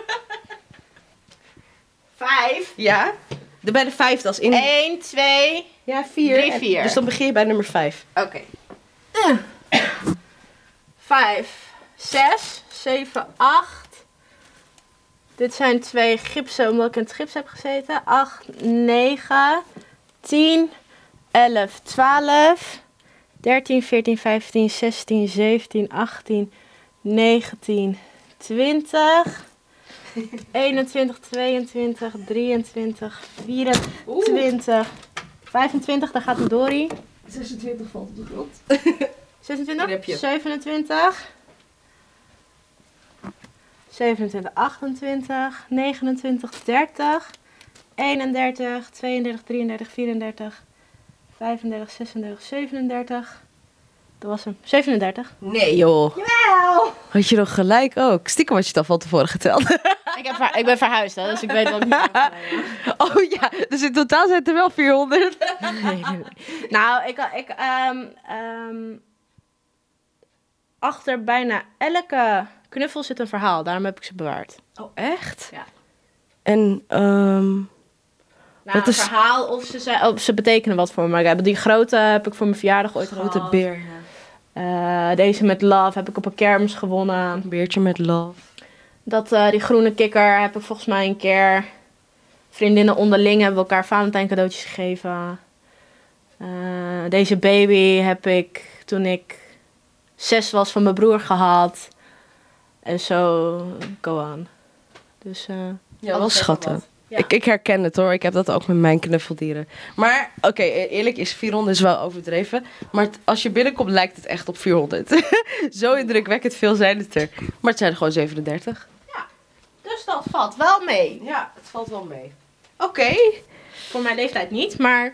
Vijf? Ja. De, bij de vijfde als in... Eén, twee... Ja, vier. Drie, vier. En, dus dan begin je bij nummer vijf. Oké. Okay. Uh. Vijf, zes, zeven, acht. Dit zijn twee gipsen, omdat ik in het gips heb gezeten. Acht, negen, tien, elf, twaalf... dertien, veertien, vijftien, zestien, zeventien, achttien, negentien, twintig, eenentwintig, tweeëntwintig, drieëntwintig, vierentwintig, vijfentwintig, daar gaat een Dory. zesentwintig valt op de grond. zesentwintig, zevenentwintig, zevenentwintig, achtentwintig, negenentwintig, dertig, eenendertig, tweeëndertig, drieëndertig, vierendertig, vijfendertig, zesendertig, zevenendertig. Dat was hem. zevenendertig. Nee joh. Jawel. Had je nog gelijk ook. Stiekem had je het al van tevoren geteld. Ik, heb ver- ik ben verhuisd, hè, dus ik weet wat ik niet heb. Oh ja, dus in totaal zijn het er wel vierhonderd. Nee, nee, nee. Nou, ik... ik um, um, achter bijna elke knuffel zit een verhaal. Daarom heb ik ze bewaard. Oh echt? Ja. En um, Nou, dat een is... verhaal of ze, zijn, of ze betekenen wat voor me. Die grote heb ik voor mijn verjaardag ooit Grote gehad. beer. Uh, deze met Love heb ik op een kermis gewonnen. Een beertje met Love. Dat, uh, die groene kikker heb ik volgens mij een keer... Vriendinnen onderling hebben elkaar Valentijn cadeautjes gegeven. Uh, deze baby heb ik toen ik zes was van mijn broer gehad. En zo, go on. Dus, uh, ja, wel schattig. Ja. Ik, ik herken het hoor. Ik heb dat ook met mijn knuffeldieren. Maar, oké, okay, eerlijk is vierhonderd is wel overdreven. Maar t- als je binnenkomt lijkt het echt op vierhonderd. Zo indrukwekkend veel zijn het er. Maar het zijn er gewoon zevenendertig. Ja, dus dat valt wel mee. Ja, het valt wel mee. Oké. Okay. Voor mijn leeftijd niet, maar...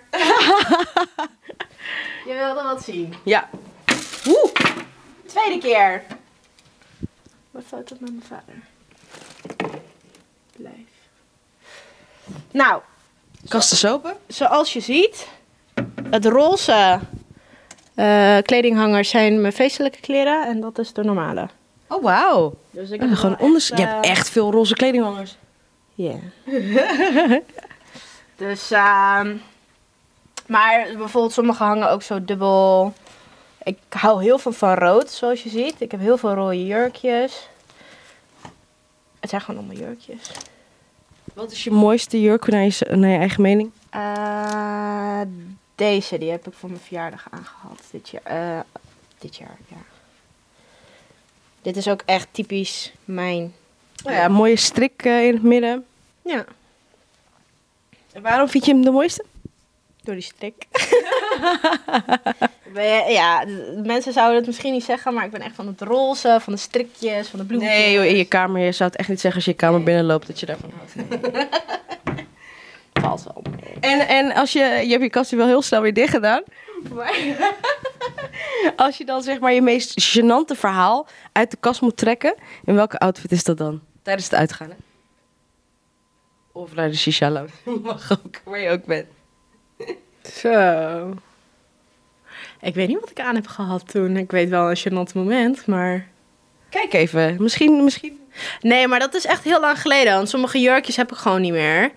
Je wilde wat zien. Ja. Woe! Tweede keer. Wat foto met mijn vader. Blijf. Nou. Kast is open. Zoals je ziet. Het roze uh, kledinghangers zijn mijn feestelijke kleren. En dat is de normale. Oh, wauw. Dus ik heb heb gewoon onders- uh... Je hebt echt veel roze kledinghangers. Ja. Yeah. Dus, uh, maar bijvoorbeeld sommige hangen ook zo dubbel. Ik hou heel veel van rood, zoals je ziet. Ik heb heel veel rode jurkjes. Het zijn gewoon allemaal jurkjes. Wat is je mooiste jurk naar je, naar je eigen mening? Uh, deze, die heb ik voor mijn verjaardag aangehad. Dit jaar, uh, dit jaar, ja. Dit is ook echt typisch mijn... Oh ja, een mooie strik uh, in het midden. Ja. En waarom vind je hem de mooiste? Door die strik. Ja, mensen zouden het misschien niet zeggen, maar ik ben echt van het roze, van de strikjes, van de bloemetjes. Nee, joh, in je kamer, je zou het echt niet zeggen als je je kamer nee. binnenloopt dat je daarvan houdt. Nee. Valt wel mee. En, en als je, je hebt je kast wel heel snel weer dicht gedaan. Maar als je dan zeg maar je meest gênante verhaal uit de kast moet trekken, in welke outfit is dat dan? Tijdens het uitgaan, hè? Of naar de shisha lounge. Mag ook, waar je ook bent. Zo. Ik weet niet wat ik aan heb gehad toen. Ik weet wel een gênant moment, maar... Kijk even, misschien, misschien... Nee, maar dat is echt heel lang geleden. Want sommige jurkjes heb ik gewoon niet meer.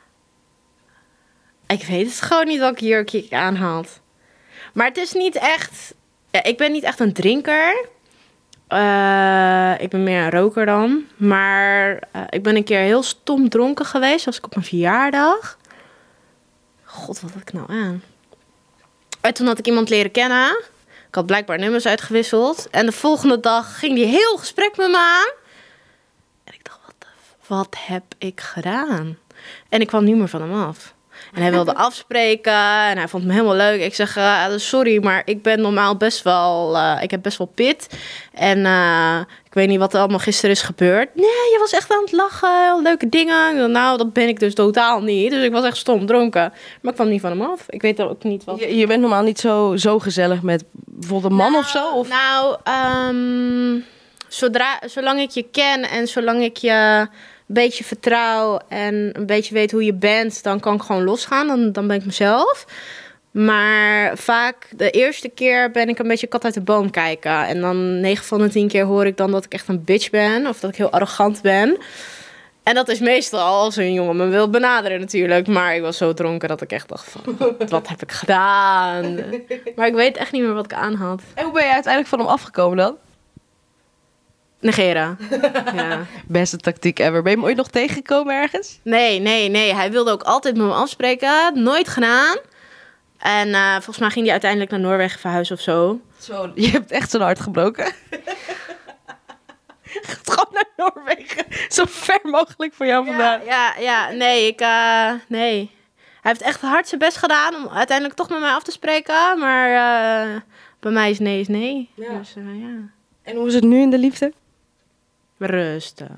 Ik weet het gewoon niet welk jurkje ik aan had. Maar het is niet echt... Ja, ik ben niet echt een drinker. Uh, ik ben meer een roker dan. Maar uh, ik ben een keer heel stom dronken geweest. Was ik op mijn verjaardag. God, wat had ik nou aan? En toen had ik iemand leren kennen. Ik had blijkbaar nummers uitgewisseld. En de volgende dag ging die heel gesprek met me aan. En ik dacht, wat, de, wat heb ik gedaan? En ik kwam niet meer van hem af. En hij wilde afspreken en hij vond me helemaal leuk. Ik zeg, uh, sorry, maar ik ben normaal best wel... Uh, ik heb best wel pit. En uh, ik weet niet wat er allemaal gisteren is gebeurd. Nee, je was echt aan het lachen. Heel leuke dingen. Nou, dat ben ik dus totaal niet. Dus ik was echt stom dronken. Maar ik kwam niet van hem af. Ik weet ook niet wat... Je, je bent normaal niet zo, zo gezellig met bijvoorbeeld een man nou, of zo? Of? Nou, um, zodra, zolang ik je ken en zolang ik je... een beetje vertrouw en een beetje weet hoe je bent, dan kan ik gewoon losgaan. Dan, dan ben ik mezelf. Maar vaak de eerste keer ben ik een beetje kat uit de boom kijken. En dan negen van de tien keer hoor ik dan dat ik echt een bitch ben. Of dat ik heel arrogant ben. En dat is meestal als een jongen me wil benaderen natuurlijk. Maar ik was zo dronken dat ik echt dacht van, wat heb ik gedaan? Maar ik weet echt niet meer wat ik aan had. En hoe ben je uiteindelijk van hem afgekomen dan? Negeren. Ja. Beste tactiek ever. Ben je hem ooit nog tegengekomen ergens? Nee, nee, nee. Hij wilde ook altijd met me afspreken. Nooit gedaan. En uh, volgens mij ging hij uiteindelijk naar Noorwegen verhuizen of zo. Zo, je hebt echt zijn hart gebroken. Gaat gewoon naar Noorwegen. Zo ver mogelijk voor jou vandaan. Ja, ja, ja. Nee, ik... Uh, nee. Hij heeft echt hard zijn best gedaan om uiteindelijk toch met mij af te spreken. Maar uh, bij mij is nee is nee. Ja. Dus, uh, ja. En hoe is het nu in de liefde? Rustig.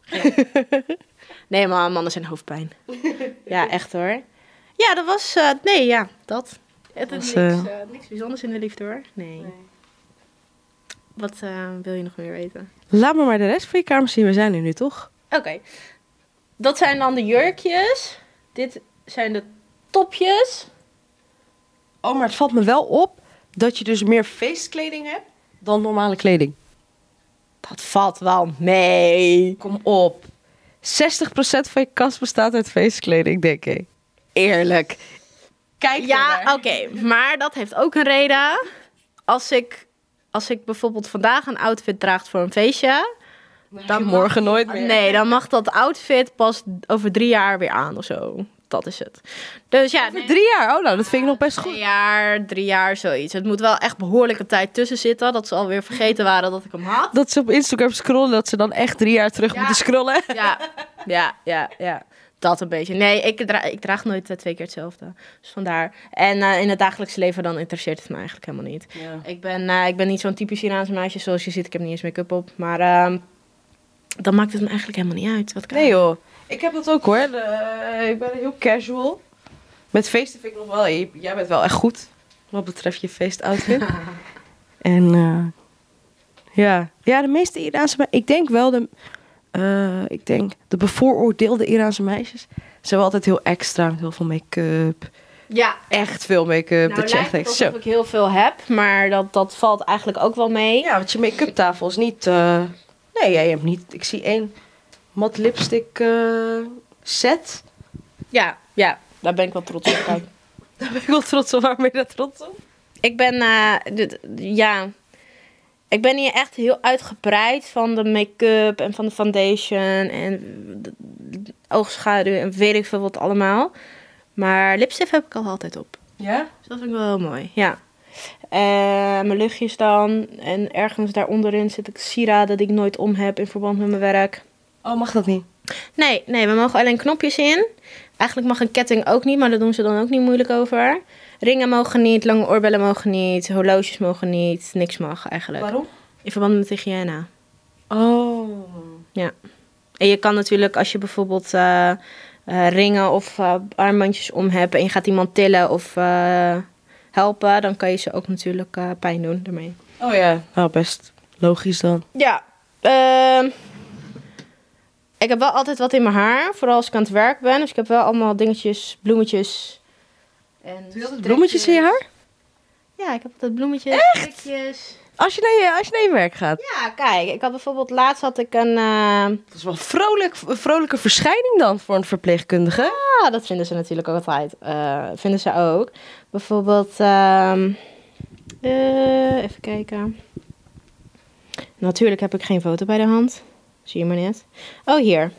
Nee, maar mannen zijn hoofdpijn. Ja, echt hoor. Ja, dat was... Uh, nee, ja, dat. Het is niks, uh, niks bijzonders in de liefde hoor. Nee. nee. Wat uh, wil je nog meer weten? Laat me maar de rest van je kamer zien. We zijn er nu toch? Oké. Okay. Dat zijn dan de jurkjes. Dit zijn de topjes. Oh, maar het valt me wel op dat je dus meer feestkleding hebt dan normale kleding. Dat valt wel mee. Kom op. zestig procent van je kast bestaat uit feestkleding, denk ik. eerlijk. Kijk Ja, ernaar. oké. Okay, maar dat heeft ook een reden. Als ik, als ik bijvoorbeeld vandaag een outfit draag voor een feestje... Dan morgen nooit meer. Nee, dan mag dat outfit pas over drie jaar weer aan of zo. Dat is het. Dus ja, Voor drie jaar? Oh, nou, dat vind ik nog best goed. Drie jaar, drie jaar, zoiets. Het moet wel echt behoorlijke tijd tussen zitten. Dat ze alweer vergeten waren dat ik hem had. Dat ze op Instagram scrollen, dat ze dan echt drie jaar terug Ja. moeten scrollen. Ja, ja, ja, ja. Dat een beetje. Nee, ik, dra- ik draag nooit uh, twee keer hetzelfde. Dus vandaar. En uh, in het dagelijks leven dan interesseert het me eigenlijk helemaal niet. Ja. Ik ben, uh, ik ben niet zo'n typisch Iraanse meisje zoals je ziet. Ik heb niet eens make-up op. Maar uh, dan maakt het me eigenlijk helemaal niet uit. Wat ik Nee joh, ik heb dat ook hoor. De, uh, ik ben heel casual. Met feesten vind ik nog wel, jij jij bent wel echt goed. Wat betreft je feestoutfit. En uh, ja. ja, de meeste Iraanse meisjes, ik denk wel de, uh, ik denk de bevooroordeelde Iraanse meisjes, zijn wel altijd heel extra, met heel veel make-up. Ja. Echt veel make-up. Nou, dat je echt lijkt denkt, alsof zo. ik heel veel heb, maar dat, dat valt eigenlijk ook wel mee. Ja, want je make-up tafel is niet, uh, nee, jij hebt niet, ik zie één mat lipstick uh, set. Ja, ja, daar ben ik wel trots op. Kijk. Daar ben ik wel trots op. Waar ben je daar trots op? Ik ben, uh, dit, ja, ik ben hier echt heel uitgebreid van de make-up en van de foundation en de, de oogschaduw en weet ik veel wat allemaal. Maar lipstift heb ik al altijd op. Ja? Dus dat vind ik wel heel mooi, ja. Uh, mijn luchtjes dan en ergens daaronderin zit ik sieraden die ik nooit om heb in verband met mijn werk. Oh, mag dat niet? Nee, nee, we mogen alleen knopjes in. Eigenlijk mag een ketting ook niet, maar daar doen ze dan ook niet moeilijk over. Ringen mogen niet, lange oorbellen mogen niet, horloges mogen niet, niks mag eigenlijk. Waarom? In verband met hygiëne. Oh. Ja. En je kan natuurlijk als je bijvoorbeeld uh, uh, ringen of uh, armbandjes om hebt en je gaat iemand tillen of uh, helpen, dan kan je ze ook natuurlijk uh, pijn doen daarmee. Oh ja, nou best logisch dan. Ja, uh, ik heb wel altijd wat in mijn haar, vooral als ik aan het werk ben. Dus ik heb wel allemaal dingetjes, bloemetjes. En Doe je altijd bloemetjes in je haar? Ja, ik heb altijd bloemetjes, strikjes. Als je, naar je, als je naar je werk gaat? Ja, kijk, ik had bijvoorbeeld laatst had ik een... Uh... Dat is wel een vrolijk, vrolijke verschijning dan voor een verpleegkundige. Ja, dat vinden ze natuurlijk ook altijd. Uh, vinden ze ook. Bijvoorbeeld, uh, uh, even kijken. Natuurlijk heb ik geen foto bij de hand. Zie je maar net. Oh, hier.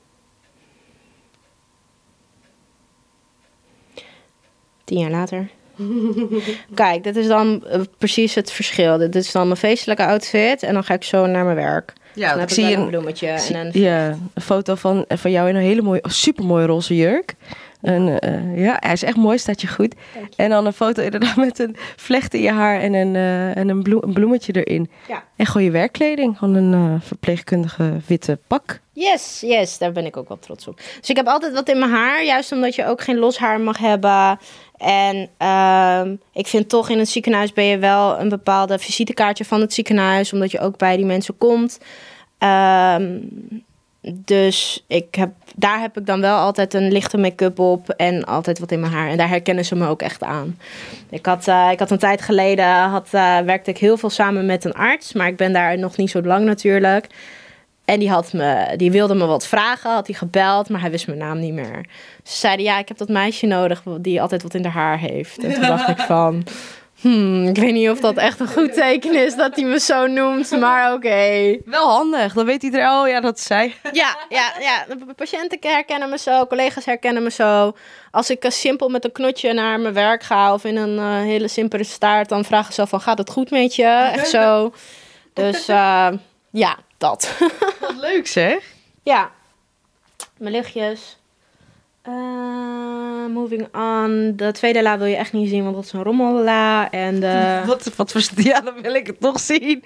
Tien jaar later. Kijk, dit is dan uh, precies het verschil. Dit is dan mijn feestelijke outfit. En dan ga ik zo naar mijn werk. Ja, dan heb ik ik zie een een bloemetje. zie, en een... Ja, een foto van, van jou in een hele mooie, oh, supermooie roze jurk. En, uh, ja, hij is echt mooi, staat je goed. Je. En dan een foto inderdaad met een vlecht in je haar en een, uh, en een, bloe, een bloemetje erin. Ja. En gewoon je werkkleding, gewoon een uh, verpleegkundige witte pak. Yes, yes, daar ben ik ook wel trots op. Dus ik heb altijd wat in mijn haar, juist omdat je ook geen los haar mag hebben. En uh, ik vind toch in het ziekenhuis ben je wel een bepaalde visitekaartje van het ziekenhuis, omdat je ook bij die mensen komt. Uh, dus ik heb, daar heb ik dan wel altijd een lichte make-up op en altijd wat in mijn haar. En daar herkennen ze me ook echt aan. Ik had, uh, ik had een tijd geleden, had, uh, werkte ik heel veel samen met een arts, maar ik ben daar nog niet zo lang natuurlijk. En die, had me, die wilde me wat vragen, had hij gebeld, maar hij wist mijn naam niet meer. Ze zeiden, ja, ik heb dat meisje nodig die altijd wat in haar haar heeft. En toen dacht ik van, hmm, ik weet niet of dat echt een goed teken is dat hij me zo noemt, maar oké. Okay. Wel handig, dan weet iedereen, oh ja, dat is zij. Ja, ja, ja, de patiënten herkennen me zo, collega's herkennen me zo. Als ik uh, simpel met een knotje naar mijn werk ga of in een uh, hele simpele staart, dan vragen ze van, gaat het goed met je? Echt zo. Dus uh, ja, dat. Wat leuk zeg. Ja, mijn lichtjes. Uh, moving on. De tweede la wil je echt niet zien, want dat is een rommella. En de... Wat, wat voor... Ja, dan wil ik het toch zien.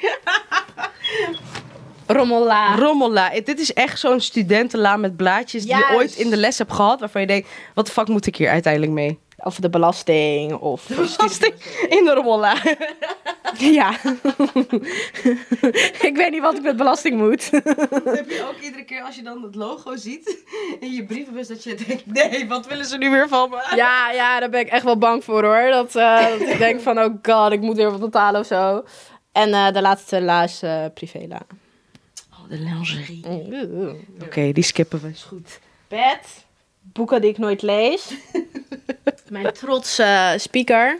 Rommella. Rommella. Dit is echt zo'n studentenla met blaadjes die Juist. je ooit in de les hebt gehad. Waarvan je denkt, wat de fuck moet ik hier uiteindelijk mee? Of de belasting. Of de belasting in de rommella. Ja. Ik weet niet wat ik met belasting moet. Heb je ook iedere keer als je dan het logo ziet in je brievenbus dat je denkt, nee, wat willen ze nu weer van me? Ja, ja, daar ben ik echt wel bang voor hoor. Dat, uh, dat ik denk van, oh god, ik moet weer wat betalen of zo. En uh, de laatste la is uh, privéla. Oh, de lingerie. Mm. Oké, okay, die skippen we. Is goed. Bed. Boeken die ik nooit lees. Mijn trotse speaker.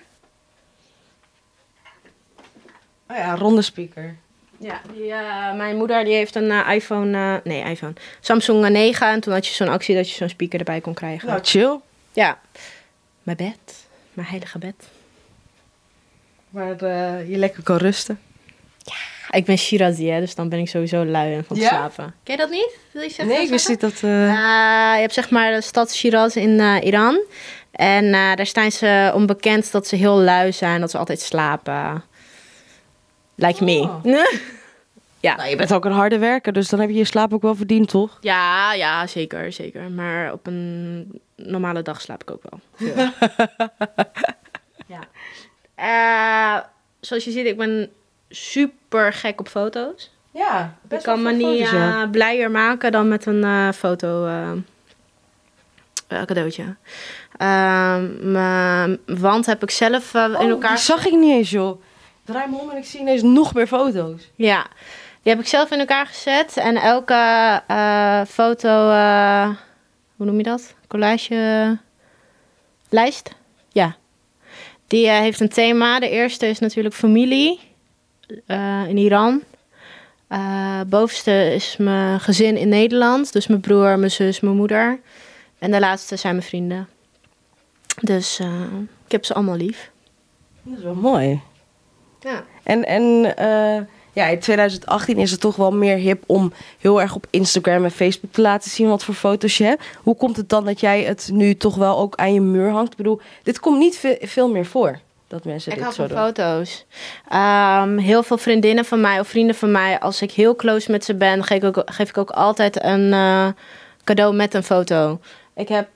Oh ja, een ronde speaker. Ja, die, uh, mijn moeder die heeft een uh, iPhone, uh, nee iPhone, Samsung negen. En toen had je zo'n actie dat je zo'n speaker erbij kon krijgen. Nou, chill. Ja. Mijn bed. Mijn heilige bed. Waar uh, je lekker kan rusten. Ja, ik ben Shirazi, hè, dus dan ben ik sowieso lui en van te ja? slapen. Ken je dat niet? Wil je zeggen? Nee, ik wist niet dat... Uh... Uh, je hebt zeg maar de stad Shiraz in uh, Iran. En uh, daar staan ze onbekend dat ze heel lui zijn, dat ze altijd slapen. Like oh. me. Ja. Nou, je bent ook een harde werker, dus dan heb je je slaap ook wel verdiend, toch? Ja, ja, zeker, zeker. Maar op een normale dag slaap ik ook wel. Veel. Ja. Uh, zoals je ziet, ik ben super gek op foto's. Ja, ik kan me niet foto's, ja. uh, blijer maken dan met een uh, foto uh, uh, cadeautje. Uh, mijn wand heb ik zelf uh, oh, in elkaar... die zag ik niet eens, joh. Draai me om en ik zie ineens nog meer foto's. Ja, die heb ik zelf in elkaar gezet. En elke uh, foto, uh, hoe noem je dat? Collage lijst? Ja. Die uh, heeft een thema. De eerste is natuurlijk familie uh, in Iran. Uh, bovenste is mijn gezin in Nederland. Dus mijn broer, mijn zus, mijn moeder. En de laatste zijn mijn vrienden. Dus uh, ik heb ze allemaal lief. Dat is wel mooi. Ja. En, en uh, ja, in twintig achttien is het toch wel meer hip om heel erg op Instagram en Facebook te laten zien wat voor foto's je hebt. Hoe komt het dan dat jij het nu toch wel ook aan je muur hangt? Ik bedoel, dit komt niet ve- veel meer voor. Dat mensen ik dit hou zo van doen. foto's. Um, heel veel vriendinnen van mij of vrienden van mij, als ik heel close met ze ben, geef ik ook, geef ik ook altijd een uh, cadeau met een foto. Ik heb...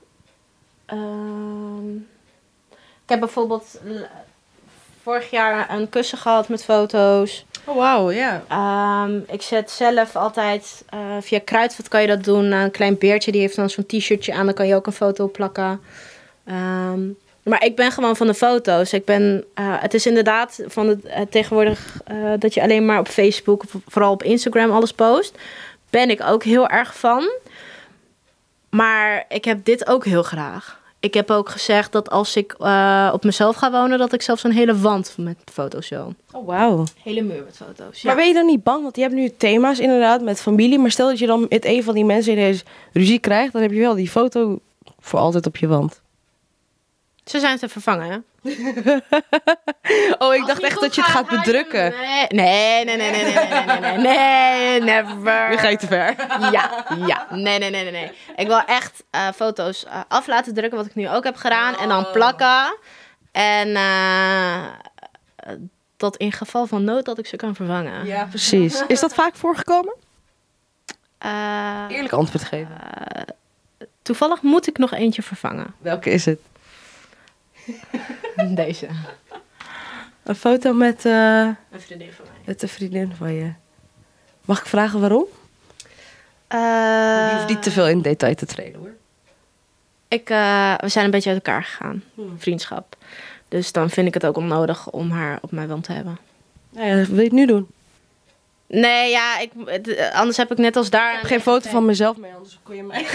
Um, ik heb bijvoorbeeld vorig jaar een kussen gehad met foto's. Oh, wauw, ja. Yeah. Um, ik zet zelf altijd, uh, via Kruidvat kan je dat doen. Een klein beertje, die heeft dan zo'n t-shirtje aan. Dan kan je ook een foto op plakken. Um, maar ik ben gewoon van de foto's. Ik ben, uh, het is inderdaad van het, uh, tegenwoordig uh, dat je alleen maar op Facebook, vooral op Instagram alles post. Ben ik ook heel erg van. Maar ik heb dit ook heel graag. Ik heb ook gezegd dat als ik uh, op mezelf ga wonen, dat ik zelfs een hele wand met foto's wil. Oh, wauw. Hele muur met foto's, ja. Maar ben je dan niet bang? Want je hebt nu thema's inderdaad met familie. Maar stel dat je dan met een van die mensen ineens ruzie krijgt, dan heb je wel die foto voor altijd op je wand. Ze zijn te vervangen, hè? Oh, ik dacht echt dat je het gaat bedrukken. Nee, nee, nee, nee, nee, nee, nee, nee, nee, never. Nu ga je te ver. Ja, ja, nee, nee, nee, nee, nee. Ik wil echt uh, foto's uh, af laten drukken, wat ik nu ook heb gedaan. Oh. En dan plakken. En uh, dat in geval van nood dat ik ze kan vervangen. Ja, precies. Is dat vaak voorgekomen? Uh, Eerlijk antwoord geven. Uh, toevallig moet ik nog eentje vervangen. Welke is het? Deze. Een foto met... Uh, een vriendin van mij. Met een vriendin van je. Mag ik vragen waarom? Uh, je hoeft niet te veel in detail te treden, hoor. Ik, uh, we zijn een beetje uit elkaar gegaan. Hmm. Vriendschap. Dus dan vind ik het ook onnodig om haar op mijn wand te hebben. Nou ja, wil je het nu doen? Nee, ja, ik, anders heb ik net als daar... Ik heb geen foto van mezelf mee, anders kon je mij...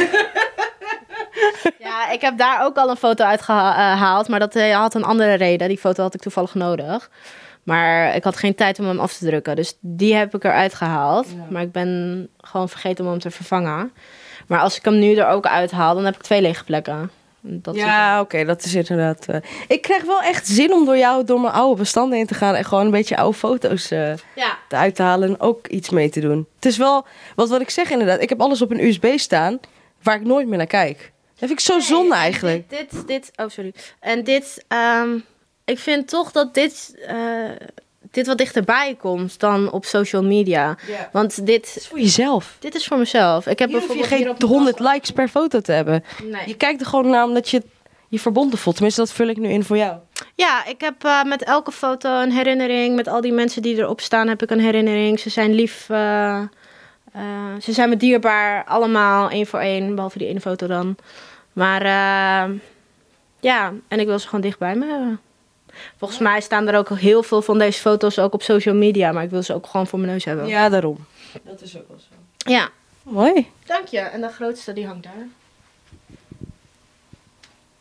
Ja, ik heb daar ook al een foto uitgehaald, maar dat uh, had een andere reden. Die foto had ik toevallig nodig. Maar ik had geen tijd om hem af te drukken, dus die heb ik eruit gehaald. Ja. Maar ik ben gewoon vergeten om hem te vervangen. Maar als ik hem nu er ook uithaal, dan heb ik twee lege plekken. Dat ja, oké, okay, dat is inderdaad... Uh, ik krijg wel echt zin om door jou, door mijn oude bestanden heen te gaan en gewoon een beetje oude foto's uh, ja. eruit te halen en ook iets mee te doen. Het is wel, wat, wat ik zeg inderdaad, ik heb alles op een U S B staan waar ik nooit meer naar kijk. Dat vind ik zo nee, zonde eigenlijk. Dit, dit, dit, oh sorry. En dit, um, ik vind toch dat dit, uh, dit wat dichterbij komt dan op social media. Yeah. Want dit... Dit is voor jezelf. Dit is voor mezelf. Ik heb hier bijvoorbeeld hoef je geen honderd likes per foto te hebben. Nee. Je kijkt er gewoon naar omdat je je verbonden voelt. Tenminste, dat vul ik nu in voor jou. Ja, ik heb uh, met elke foto een herinnering. Met al die mensen die erop staan heb ik een herinnering. Ze zijn lief... Uh, uh, ze zijn me dierbaar. Allemaal, één voor één. Behalve die ene foto dan. Maar uh, ja, en ik wil ze gewoon dicht bij me hebben. Volgens ja. mij staan er ook heel veel van deze foto's ook op social media. Maar ik wil ze ook gewoon voor mijn neus hebben. Ja, daarom. Dat is ook wel zo. Ja. Mooi. Dank je. En de grootste die hangt daar.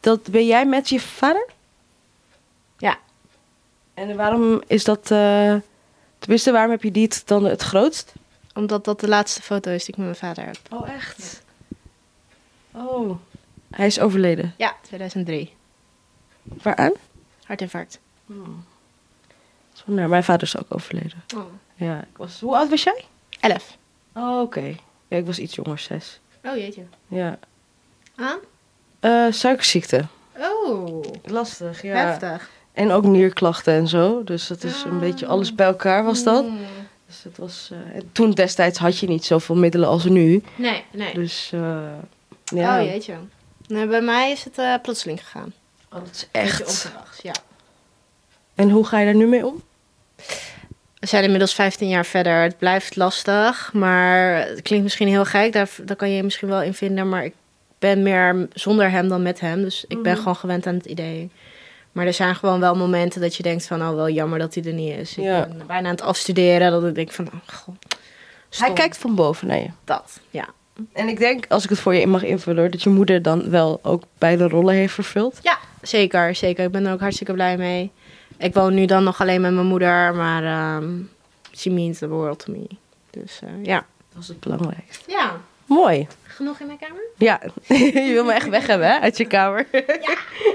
dat, ben jij met je vader? Ja. En waarom is dat... Uh, tenminste, waarom heb je die dan het grootst? Omdat dat de laatste foto is die ik met mijn vader heb. Oh, echt? Ja. Oh, hij is overleden? Ja, tweeduizend drie. Waaraan? Hartinfarct. Hmm. Nou, mijn vader is ook overleden. Oh. Ja, ik was... Hoe oud was jij? Elf. Oh, oké. Okay. Ja, ik was iets jonger, zes. Oh, jeetje. Ja. Aan? Uh, suikerziekte. Oh. Lastig, ja. Heftig. En ook nierklachten en zo. Dus dat is een oh. beetje alles bij elkaar was dat. Mm. Dus het was... Uh, toen destijds had je niet zoveel middelen als nu. Nee, nee. Dus, uh, ja. Oh, jeetje. Nee, bij mij is het uh, plotseling gegaan. Oh, dat is echt... onverwachts, ja. En hoe ga je daar nu mee om? We zijn inmiddels vijftien jaar verder. Het blijft lastig, maar het klinkt misschien heel gek. Daar, daar kan je je misschien wel in vinden. Maar ik ben meer zonder hem dan met hem. Dus ik mm-hmm. ben gewoon gewend aan het idee. Maar er zijn gewoon wel momenten dat je denkt van... oh, wel jammer dat hij er niet is. Ja. Ik ben bijna aan het afstuderen. Dat ik denk van, oh, god, stom. Hij kijkt van boven naar je. Dat, ja. En ik denk, als ik het voor je mag invullen... dat je moeder dan wel ook beide rollen heeft vervuld. Ja, zeker, zeker. Ik ben er ook hartstikke blij mee. Ik woon nu dan nog alleen met mijn moeder, maar um, she means the world to me. Dus uh, ja. Dat is het belangrijkste. Ja. Mooi. Genoeg in mijn kamer? Ja, je wil me echt weg hebben, hè, uit je kamer. Ja.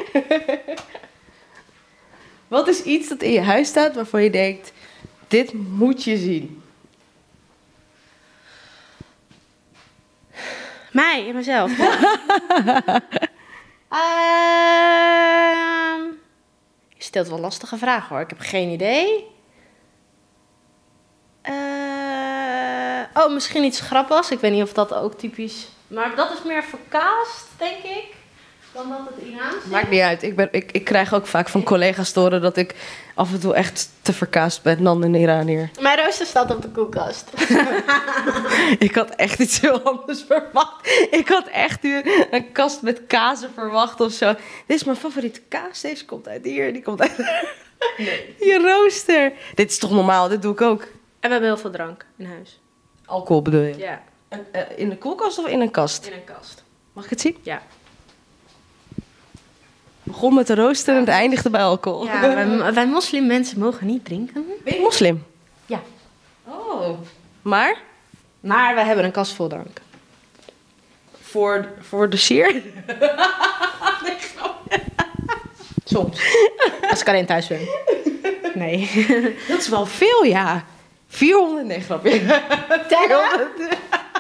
Wat is iets dat in je huis staat waarvan je denkt, dit moet je zien? Mij, in mezelf. uh, je stelt wel lastige vragen hoor, ik heb geen idee. Uh, oh, misschien iets grappigs. Ik weet niet of dat ook typisch... Maar dat is meer verkaasd, denk ik, dan dat het Iraans is. Maakt niet uit. Ik, ben, ik, ik krijg ook vaak van collega's te horen dat ik af en toe echt te verkaasd ben dan een Iranier. Mijn rooster staat op de koelkast. Ik had echt iets heel anders verwacht. Ik had echt een kast met kazen verwacht of zo. Dit is mijn favoriete kaas. Deze komt uit hier. Die komt uit... Nee. Je rooster. Dit is toch normaal? Dit doe ik ook. En we hebben heel veel drank in huis. Alcohol bedoel je? Ja. En, uh, in de koelkast of in een kast? In een kast. Mag ik het zien? Ja. Begon met de rooster en het eindigde bij alcohol. Ja, wij, wij moslimmensen mogen niet drinken. Ben je moslim? Ja. Oh. Maar? Maar we hebben een kast vol drank. Voor, voor de sier? Nee, soms. Als ik alleen thuis ben. Nee. Dat is wel veel, ja. vierhonderd, nee, grapje. vierhonderd.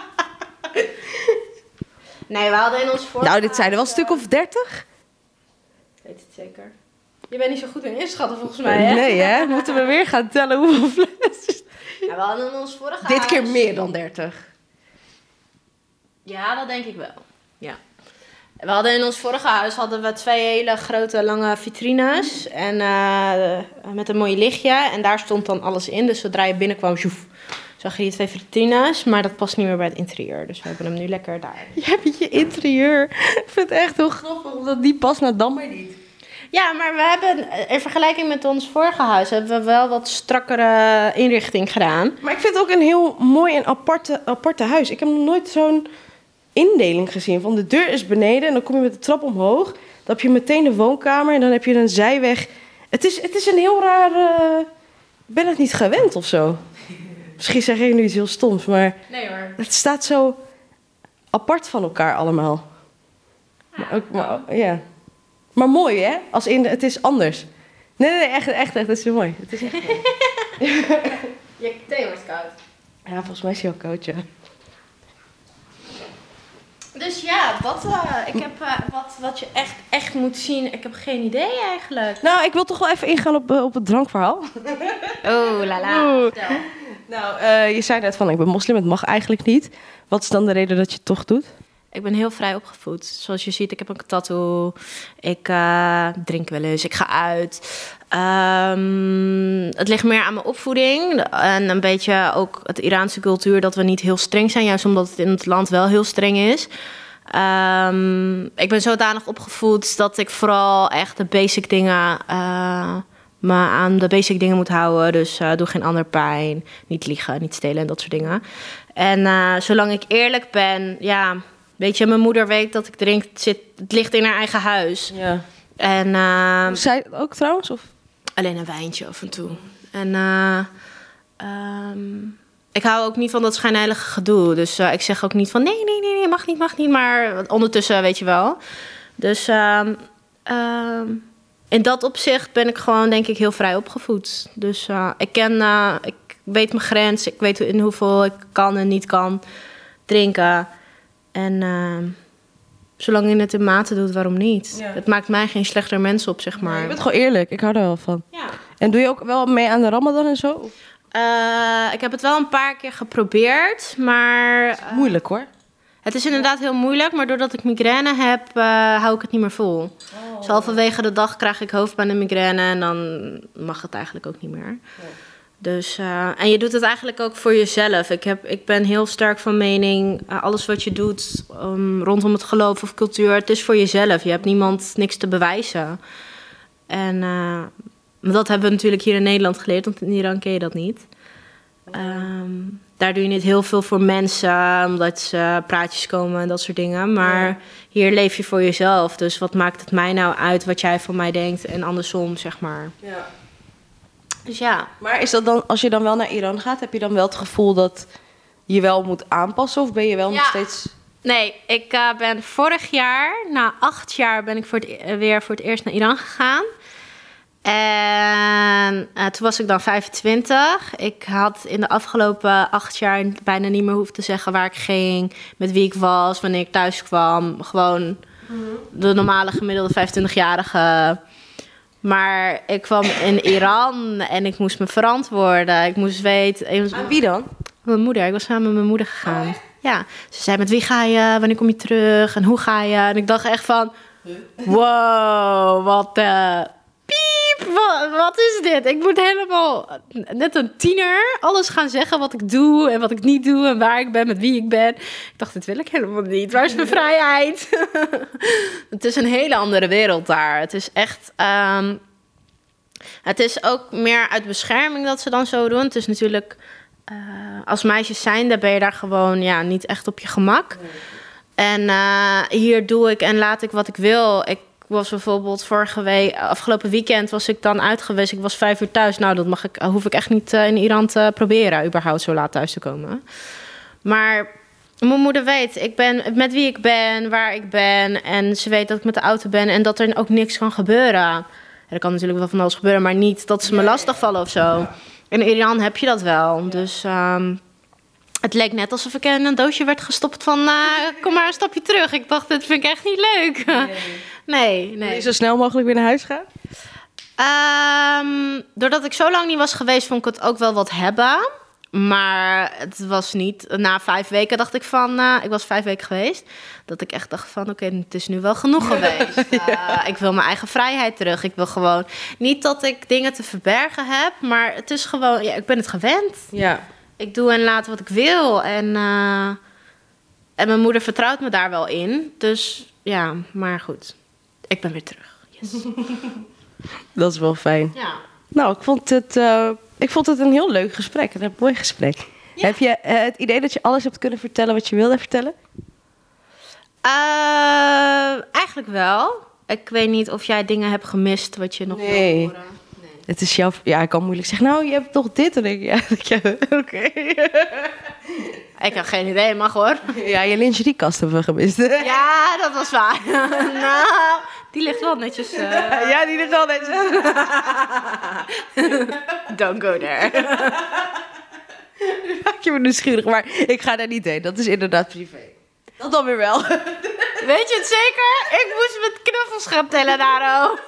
Nee, we hadden in ons voor. Nou, dit zijn er wel een stuk of dertig. Ik weet het zeker. Je bent niet zo goed in inschatten volgens mij, hè? Nee, hè? Moeten we weer gaan tellen hoeveel flessen. Ja, we hadden in ons vorige Dit huis... keer meer dan dertig. Ja, dat denk ik wel. Ja. We hadden in ons vorige huis hadden we twee hele grote lange vitrines. En uh, met een mooi lichtje. En daar stond dan alles in. Dus zodra je binnenkwam, zoef, zag je die twee vitrines. Maar dat past niet meer bij het interieur. Dus we hebben hem nu lekker daar. Je hebt je interieur. Ik vind het echt heel grappig. Omdat die past nou dan maar niet. Ja, maar we hebben in vergelijking met ons vorige huis... hebben we wel wat strakkere inrichting gedaan. Maar ik vind het ook een heel mooi en aparte, aparte huis. Ik heb nog nooit zo'n indeling gezien. Van de deur is beneden en dan kom je met de trap omhoog. Dan heb je meteen de woonkamer en dan heb je een zijweg. Het is, het is een heel raar... Uh, ik ben het niet gewend of zo. Misschien zeg ik nu iets heel stoms, maar... Nee hoor. Het staat zo apart van elkaar allemaal. Ja, maar, ook, maar, ja. maar mooi, hè? Als in, het is anders. Nee, nee, echt, echt, echt. Het is mooi. Het is echt mooi. Je thee wordt koud. Ja, volgens mij is hij al koud, ja. Dus ja, wat, uh, ik heb, uh, wat, wat je echt, echt moet zien, ik heb geen idee eigenlijk. Nou, ik wil toch wel even ingaan op, uh, op het drankverhaal. Oh, la la. Oeh. Nou, uh, je zei net van, ik ben moslim, het mag eigenlijk niet. Wat is dan de reden dat je het toch doet? Ik ben heel vrij opgevoed. Zoals je ziet, ik heb een tattoo. Ik uh, drink wel eens, ik ga uit. Um, het ligt meer aan mijn opvoeding. En een beetje ook het Iraanse cultuur, dat we niet heel streng zijn. Juist omdat het in het land wel heel streng is. Um, ik ben zodanig opgevoed dat ik vooral echt de basic dingen... Uh, me aan de basic dingen moet houden. Dus uh, doe geen ander pijn. Niet liegen, niet stelen en dat soort dingen. En uh, zolang ik eerlijk ben, ja... weet je, mijn moeder weet dat ik drink. Het, zit, het ligt in haar eigen huis. Ja. En uh, zij het ook trouwens? Of? Alleen een wijntje af en toe. En uh, um, ik hou ook niet van dat schijnheilige gedoe. Dus uh, ik zeg ook niet van nee, nee, nee, nee, mag niet, mag niet. Maar ondertussen weet je wel. Dus uh, uh, in dat opzicht ben ik gewoon denk ik heel vrij opgevoed. Dus uh, ik ken, uh, ik weet mijn grens. Ik weet in hoeveel ik kan en niet kan drinken. En uh, zolang je het in mate doet, waarom niet? Ja. Het maakt mij geen slechter mens op, zeg maar. Nee, je bent gewoon eerlijk. Ik hou er wel van. Ja. En doe je ook wel mee aan de Ramadan en zo? Uh, ik heb het wel een paar keer geprobeerd, maar... Uh, moeilijk hoor. Het is inderdaad heel moeilijk, maar doordat ik migraine heb, uh, hou ik het niet meer vol. Oh. Dus halverwege de dag krijg ik hoofdpijn en migraine en dan mag het eigenlijk ook niet meer. Oh. Dus, uh, en je doet het eigenlijk ook voor jezelf. Ik, heb, ik ben heel sterk van mening, uh, alles wat je doet um, rondom het geloof of cultuur, het is voor jezelf. Je hebt niemand niks te bewijzen. En uh, dat hebben we natuurlijk hier in Nederland geleerd, want in Iran ken je dat niet. Um, daar doe je niet heel veel voor mensen, omdat ze praatjes komen en dat soort dingen. Maar ja. Hier leef je voor jezelf. Dus wat maakt het mij nou uit wat jij van mij denkt en andersom, zeg maar. Ja. Dus ja. Maar is dat dan, als je dan wel naar Iran gaat, heb je dan wel het gevoel dat je wel moet aanpassen? Of ben je wel ja. nog steeds... Nee, ik uh, ben vorig jaar, na acht jaar, ben ik voor het, uh, weer voor het eerst naar Iran gegaan. En uh, toen was ik dan vijfentwintig. Ik had in de afgelopen acht jaar bijna niet meer hoeven te zeggen waar ik ging, met wie ik was, wanneer ik thuis kwam. Gewoon mm-hmm. de normale gemiddelde vijfentwintigjarige. Maar ik kwam in Iran en ik moest me verantwoorden. Ik moest weten... Aan wie dan? Mijn moeder. Ik was samen met mijn moeder gegaan. Oh, ja. Ze zei, met wie ga je? Wanneer kom je terug? En hoe ga je? En ik dacht echt van... Wow, wat... Uh, piep! Wat, wat is dit? Ik moet helemaal... Net een tiener alles gaan zeggen wat ik doe en wat ik niet doe en waar ik ben, met wie ik ben. Ik dacht, dit wil ik helemaal niet. Waar is mijn vrijheid? Het is een hele andere wereld daar. Het is echt... Um, het is ook meer uit bescherming dat ze dan zo doen. Het is natuurlijk... Uh, als meisjes zijn, dan ben je daar gewoon ja, niet echt op je gemak. Nee. En uh, hier doe ik en laat ik wat ik wil. Ik was bijvoorbeeld vorige week, afgelopen weekend was ik dan uit geweest. Ik was vijf uur thuis. Nou, dat mag ik, hoef ik echt niet uh, in Iran te proberen, überhaupt zo laat thuis te komen. Maar mijn moeder weet, ik ben met wie ik ben, waar ik ben. En ze weet dat ik met de auto ben en dat er ook niks kan gebeuren. Ja, er kan natuurlijk wel van alles gebeuren, maar niet dat ze me lastigvallen of zo. In Iran heb je dat wel. Ja. Dus um, het leek net alsof ik in een doosje werd gestopt van... Uh, kom maar een stapje terug. Ik dacht, dit vind ik echt niet leuk. Nee, nee. nee. Wil je zo snel mogelijk weer naar huis gaan? Um, doordat ik zo lang niet was geweest, vond ik het ook wel wat hebben. Maar het was niet... Na vijf weken dacht ik van... Uh, ik was vijf weken geweest. Dat ik echt dacht van... Oké, okay, het is nu wel genoeg geweest. Uh, ik wil mijn eigen vrijheid terug. Ik wil gewoon... Niet dat ik dingen te verbergen heb. Maar het is gewoon... Ja, ik ben het gewend. Ja. Ik doe en laat wat ik wil. En, uh, en mijn moeder vertrouwt me daar wel in. Dus ja, maar goed. Ik ben weer terug. Yes. Dat is wel fijn. Ja. Nou, ik vond het... Uh... Ik vond het een heel leuk gesprek. Een mooi gesprek. Ja. Heb je uh, het idee dat je alles hebt kunnen vertellen wat je wilde vertellen? Uh, eigenlijk wel. Ik weet niet of jij dingen hebt gemist wat je nog nee. wil horen. Nee. Het is jouw... Ja, ik kan moeilijk zeggen, nou, je hebt toch dit? En denk ik, ja, ja oké. Okay. Ik heb geen idee, mag hoor. Ja, je lingeriekast hebben we gemist. Ja, dat was waar. Nou, die ligt wel netjes. Uh... Ja, die ligt wel netjes. Don't go there. Maak je me nieuwsgierig, maar ik ga daar niet heen. Dat is inderdaad privé. Dat dan weer wel. Weet je het zeker? Ik moest met knuffels gaan tellen daar ook.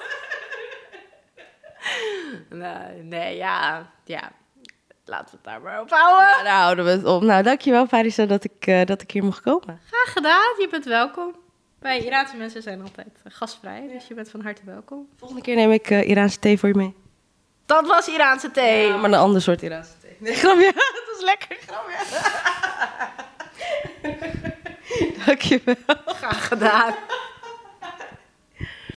Nee, nee, ja, ja. Laten we het daar maar op houden. Ja, daar houden we het op. Nou, dankjewel Farisa dat ik, uh, dat ik hier mocht komen. Graag gedaan, je bent welkom. Wij Iraanse mensen zijn altijd uh, gastvrij, dus je bent van harte welkom. Volgende keer neem ik uh, Iraanse thee voor je mee. Dat was Iraanse thee. Ja, maar een ander soort Iraanse thee. Nee, grapje. Dat is lekker, grapje. Dankjewel. Graag gedaan.